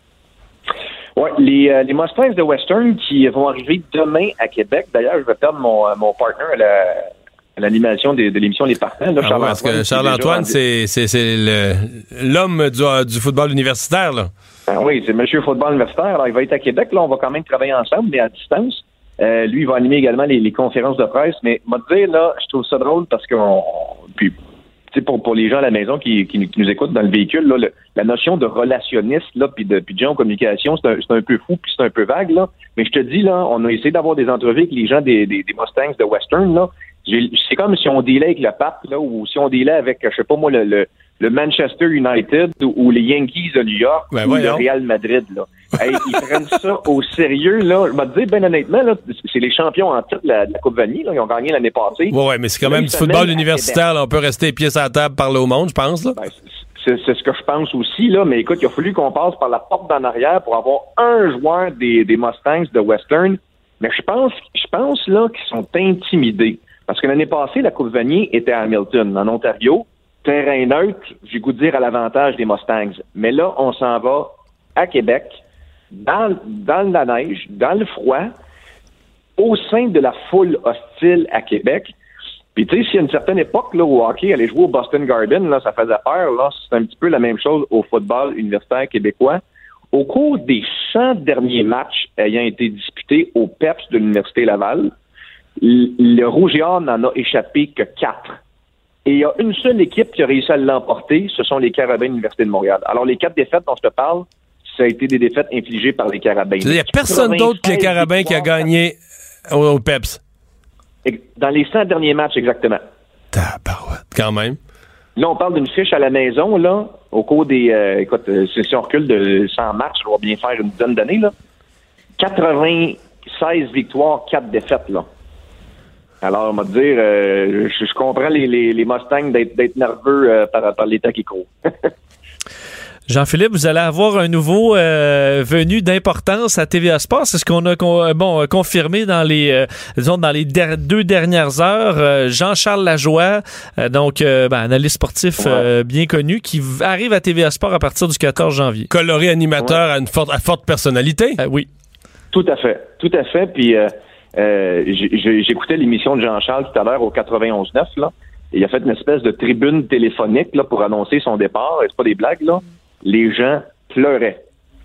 Oui, les, euh, les Mustangs de Western qui vont arriver demain à Québec. D'ailleurs, je vais perdre mon, mon partner à, la, à l'animation de, de l'émission Les Partants. Là, ah ouais, parce que Charles-Antoine, c'est, c'est, c'est le, l'homme du, du football universitaire, là. Ah oui, c'est Monsieur Football Universitaire. Alors, il va être à Québec. Là, on va quand même travailler ensemble, mais à distance. Euh, lui, il va animer également les, les conférences de presse. Mais, moi, te dire, là, je trouve ça drôle parce que, puis, tu sais, pour, pour les gens à la maison qui, qui, qui nous écoutent dans le véhicule, là, le, la notion de relationniste, là, puis de, puis de gens en communication, c'est un, c'est un peu fou, puis c'est un peu vague, là. Mais je te dis, là, on a essayé d'avoir des entrevues avec les gens des, des, des Mustangs de Western, là. J'ai, c'est comme si on dealait avec le pape, là, ou si on dealait avec, je sais pas moi, le, le le Manchester United ou, ou les Yankees de New York ben ou voyons. Le Real Madrid, là. Hey, ils prennent ça au sérieux, là. Je vais te dire, ben honnêtement, là, c'est les champions en titre de la, de la Coupe Vanier, là. Ils ont gagné l'année passée. Ouais, ouais, mais c'est quand même du football universitaire, là. On peut rester pieds à la table, parler au monde, je pense, là. Ben, c'est, c'est ce que je pense aussi, là. Mais écoute, il a fallu qu'on passe par la porte d'en arrière pour avoir un joueur des, des Mustangs de Western. Mais je pense, je pense, là, qu'ils sont intimidés. Parce que l'année passée, la Coupe Vanier était à Hamilton, en Ontario. Terrain neutre, j'ai goût de dire à l'avantage des Mustangs. Mais là, on s'en va à Québec, dans, dans la neige, dans le froid, au sein de la foule hostile à Québec. Puis tu sais, s'il y a une certaine époque là, où le hockey allait jouer au Boston Garden, là, ça faisait peur. Là, c'est un petit peu la même chose au football universitaire québécois. Au cours des cent derniers matchs ayant été disputés au P E P S de l'Université Laval, le Rouge et Or n'en a échappé que quatre. Et il y a une seule équipe qui a réussi à l'emporter, ce sont les Carabins de l'Université de Montréal. Alors, les quatre défaites dont je te parle, ça a été des défaites infligées par les Carabins. Il n'y a personne d'autre que les Carabins qui a gagné au, au P E P S. Dans les cent derniers matchs, exactement. Tabarouette, quand même. Là, on parle d'une fiche à la maison, là, au cours des... Euh, écoute, si on recule de cent matchs, ça va bien faire une dizaine d'années, là. quatre-vingt-seize victoires, quatre défaites, là. Alors, on va te dire, euh, je, je comprends les, les, les Mustangs d'être, d'être nerveux euh, par, par les temps qui courent. Jean-Philippe, vous allez avoir un nouveau euh, venu d'importance à T V A Sports. C'est ce qu'on a con, bon, confirmé dans les, euh, disons, dans les der- deux dernières heures. Euh, Jean-Charles Lajoie, euh, donc euh, ben, analyste sportif euh, bien connu, qui v- arrive à T V A Sports à partir du quatorze janvier. Coloré animateur ouais. à une forte, à forte personnalité. Euh, oui. Tout à fait. Tout à fait. Puis euh, euh, j'ai, j'écoutais l'émission de Jean-Charles tout à l'heure au quatre-vingt-onze neuf, là. Et il a fait une espèce de tribune téléphonique là, pour annoncer son départ. Et c'est pas des blagues, là. Les gens pleuraient.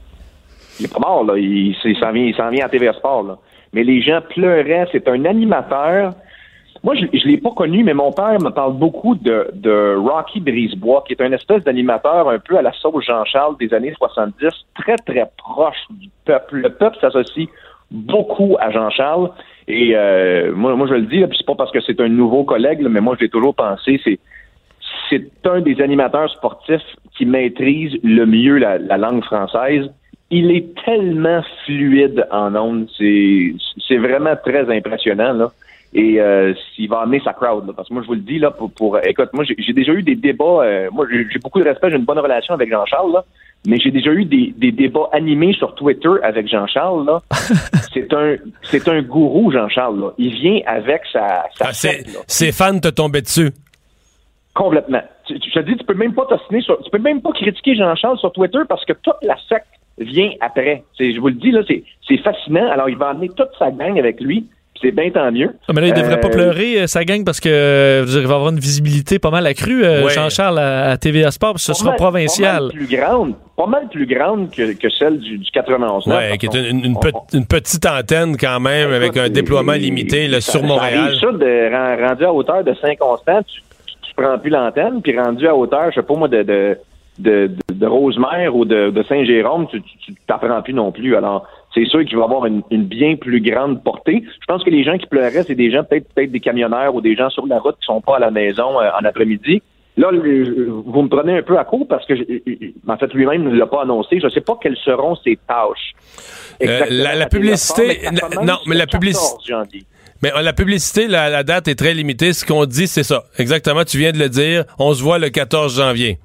Il est pas mort, là. Il, il, s'en vient, il s'en vient à T V A Sport, là. Mais les gens pleuraient. C'est un animateur. Moi, je, je l'ai pas connu, mais mon père me parle beaucoup de, de Rocky Brisebois, qui est un espèce d'animateur un peu à la sauce Jean-Charles des années soixante-dix, très, très proche du peuple. Le peuple s'associe beaucoup à Jean-Charles. Et euh, moi, moi, je le dis, là, puis c'est pas parce que c'est un nouveau collègue, là, mais moi, je l'ai toujours pensé, c'est c'est un des animateurs sportifs qui maîtrise le mieux la, la langue française. Il est tellement fluide en ondes, c'est c'est vraiment très impressionnant, là. Et euh, s'il va amener sa crowd, là, parce que moi, je vous le dis, là, pour, pour écoute, moi, j'ai, j'ai déjà eu des débats, euh, moi, j'ai, j'ai beaucoup de respect, j'ai une bonne relation avec Jean-Charles, là, mais j'ai déjà eu des, des débats animés sur Twitter avec Jean-Charles, là. c'est un c'est un gourou, Jean-Charles, là. Il vient avec sa, sa ah, c'est, tête, ses fans te tombaient dessus. Complètement. Tu, tu, je te dis, tu peux même pas t'ostiner sur, tu peux même pas critiquer Jean-Charles sur Twitter parce que toute la secte vient après. C'est, je vous le dis, là, c'est, c'est fascinant. Alors, il va amener toute sa gang avec lui. C'est bien tant mieux. Ah, mais là, il devrait euh, pas pleurer, sa gang, parce que euh, je veux dire, il va avoir une visibilité pas mal accrue, euh, ouais. Jean-Charles, à, à T V A Sport, puis ce sera mal, provincial. Pas mal plus grande, pas mal plus grande que, que celle du, du quatre-vingt-onze neuf. Oui, qui est une, une, on, pe- une petite antenne quand même, avec un déploiement et, limité là, ça, sur Montréal. Ça, de, rendu à hauteur de Saint-Constant, tu, tu prends plus l'antenne, puis rendu à hauteur, je sais pas moi, de, de, de, de, de Rosemère ou de, de Saint-Jérôme, tu, tu, tu t'apprends plus non plus. Alors, c'est sûr qu'il va avoir une, une bien plus grande portée. Je pense que les gens qui pleuraient, c'est des gens, peut-être peut-être des camionneurs ou des gens sur la route qui sont pas à la maison euh, en après-midi. Là, le, vous me prenez un peu à court parce que, je, en fait, lui-même ne l'a pas annoncé. Je ne sais pas quelles seront ses tâches. Euh, la, la publicité... La, non, mais la publicité... Mais la publicité, la, la date est très limitée. Ce qu'on dit, c'est ça. Exactement, tu viens de le dire. On se voit le quatorze janvier.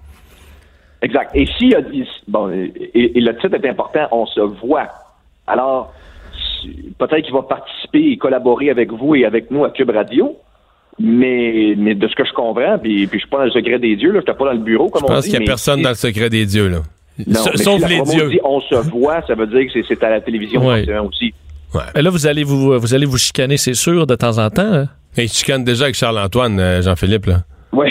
Exact. Et si... Bon, et, et le titre est important, on se voit. Alors, peut-être qu'il va participer et collaborer avec vous et avec nous à Cube Radio, mais, mais de ce que je comprends, puis, puis je suis pas dans le secret des dieux, là, je suis pas dans le bureau, comme on dit. Je pense qu'il n'y a personne si, dans le secret des dieux, là. Non, S- mais sauf si les la dieux. Dit, on se voit, ça veut dire que c'est, c'est à la télévision ouais. aussi. Ouais. Et là, vous allez vous, vous allez vous chicaner, c'est sûr, de temps en temps. Hein? Et il chicane déjà avec Charles-Antoine, euh, Jean-Philippe, là. Oui.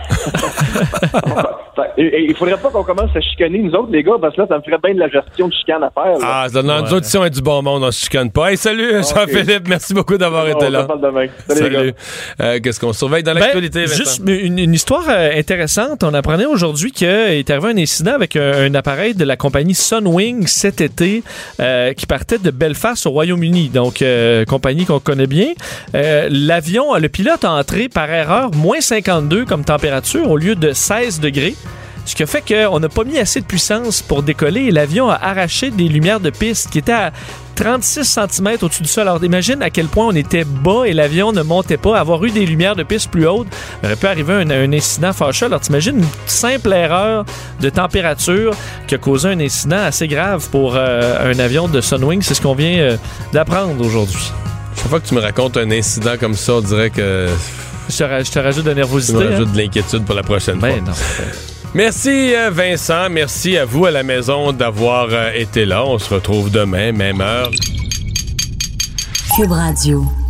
Il faudrait pas qu'on commence à chicaner nous autres, les gars, parce que là, ça me ferait bien de la gestion de chicane à faire. Là. Ah, dans ouais. nous autres, si on est du bon monde, on se chicane pas. Hey, salut, okay. Jean-Philippe, merci beaucoup d'avoir bon, été là. On se parle demain. Salut, salut. les gars. Euh, qu'est-ce qu'on surveille dans ben, l'actualité, Vincent? Juste une, une histoire euh, intéressante. On apprenait aujourd'hui qu'il est arrivé un incident avec un, un appareil de la compagnie Sunwing cet été euh, qui partait de Belfast au Royaume-Uni. Donc, euh, compagnie qu'on connaît bien. Euh, l'avion, le pilote a entré par erreur moins cinquante-deux comme température au lieu de seize degrés. Ce qui a fait qu'on n'a pas mis assez de puissance pour décoller et l'avion a arraché des lumières de piste qui étaient à trente-six centimètres au-dessus du sol. Alors imagine à quel point on était bas et l'avion ne montait pas. Avoir eu des lumières de piste plus hautes, il aurait pu arriver un, un incident fâcheux. Alors t'imagines une simple erreur de température qui a causé un incident assez grave pour euh, un avion de Sunwing. C'est ce qu'on vient euh, d'apprendre aujourd'hui. Chaque fois que tu me racontes un incident comme ça, on dirait que... Je te, je te rajoute de nervosité. Tu me rajoutes hein? de l'inquiétude pour la prochaine ben fois. Non. Merci Vincent, merci à vous à la maison d'avoir euh, été là. On se retrouve demain, même heure. Cube Radio.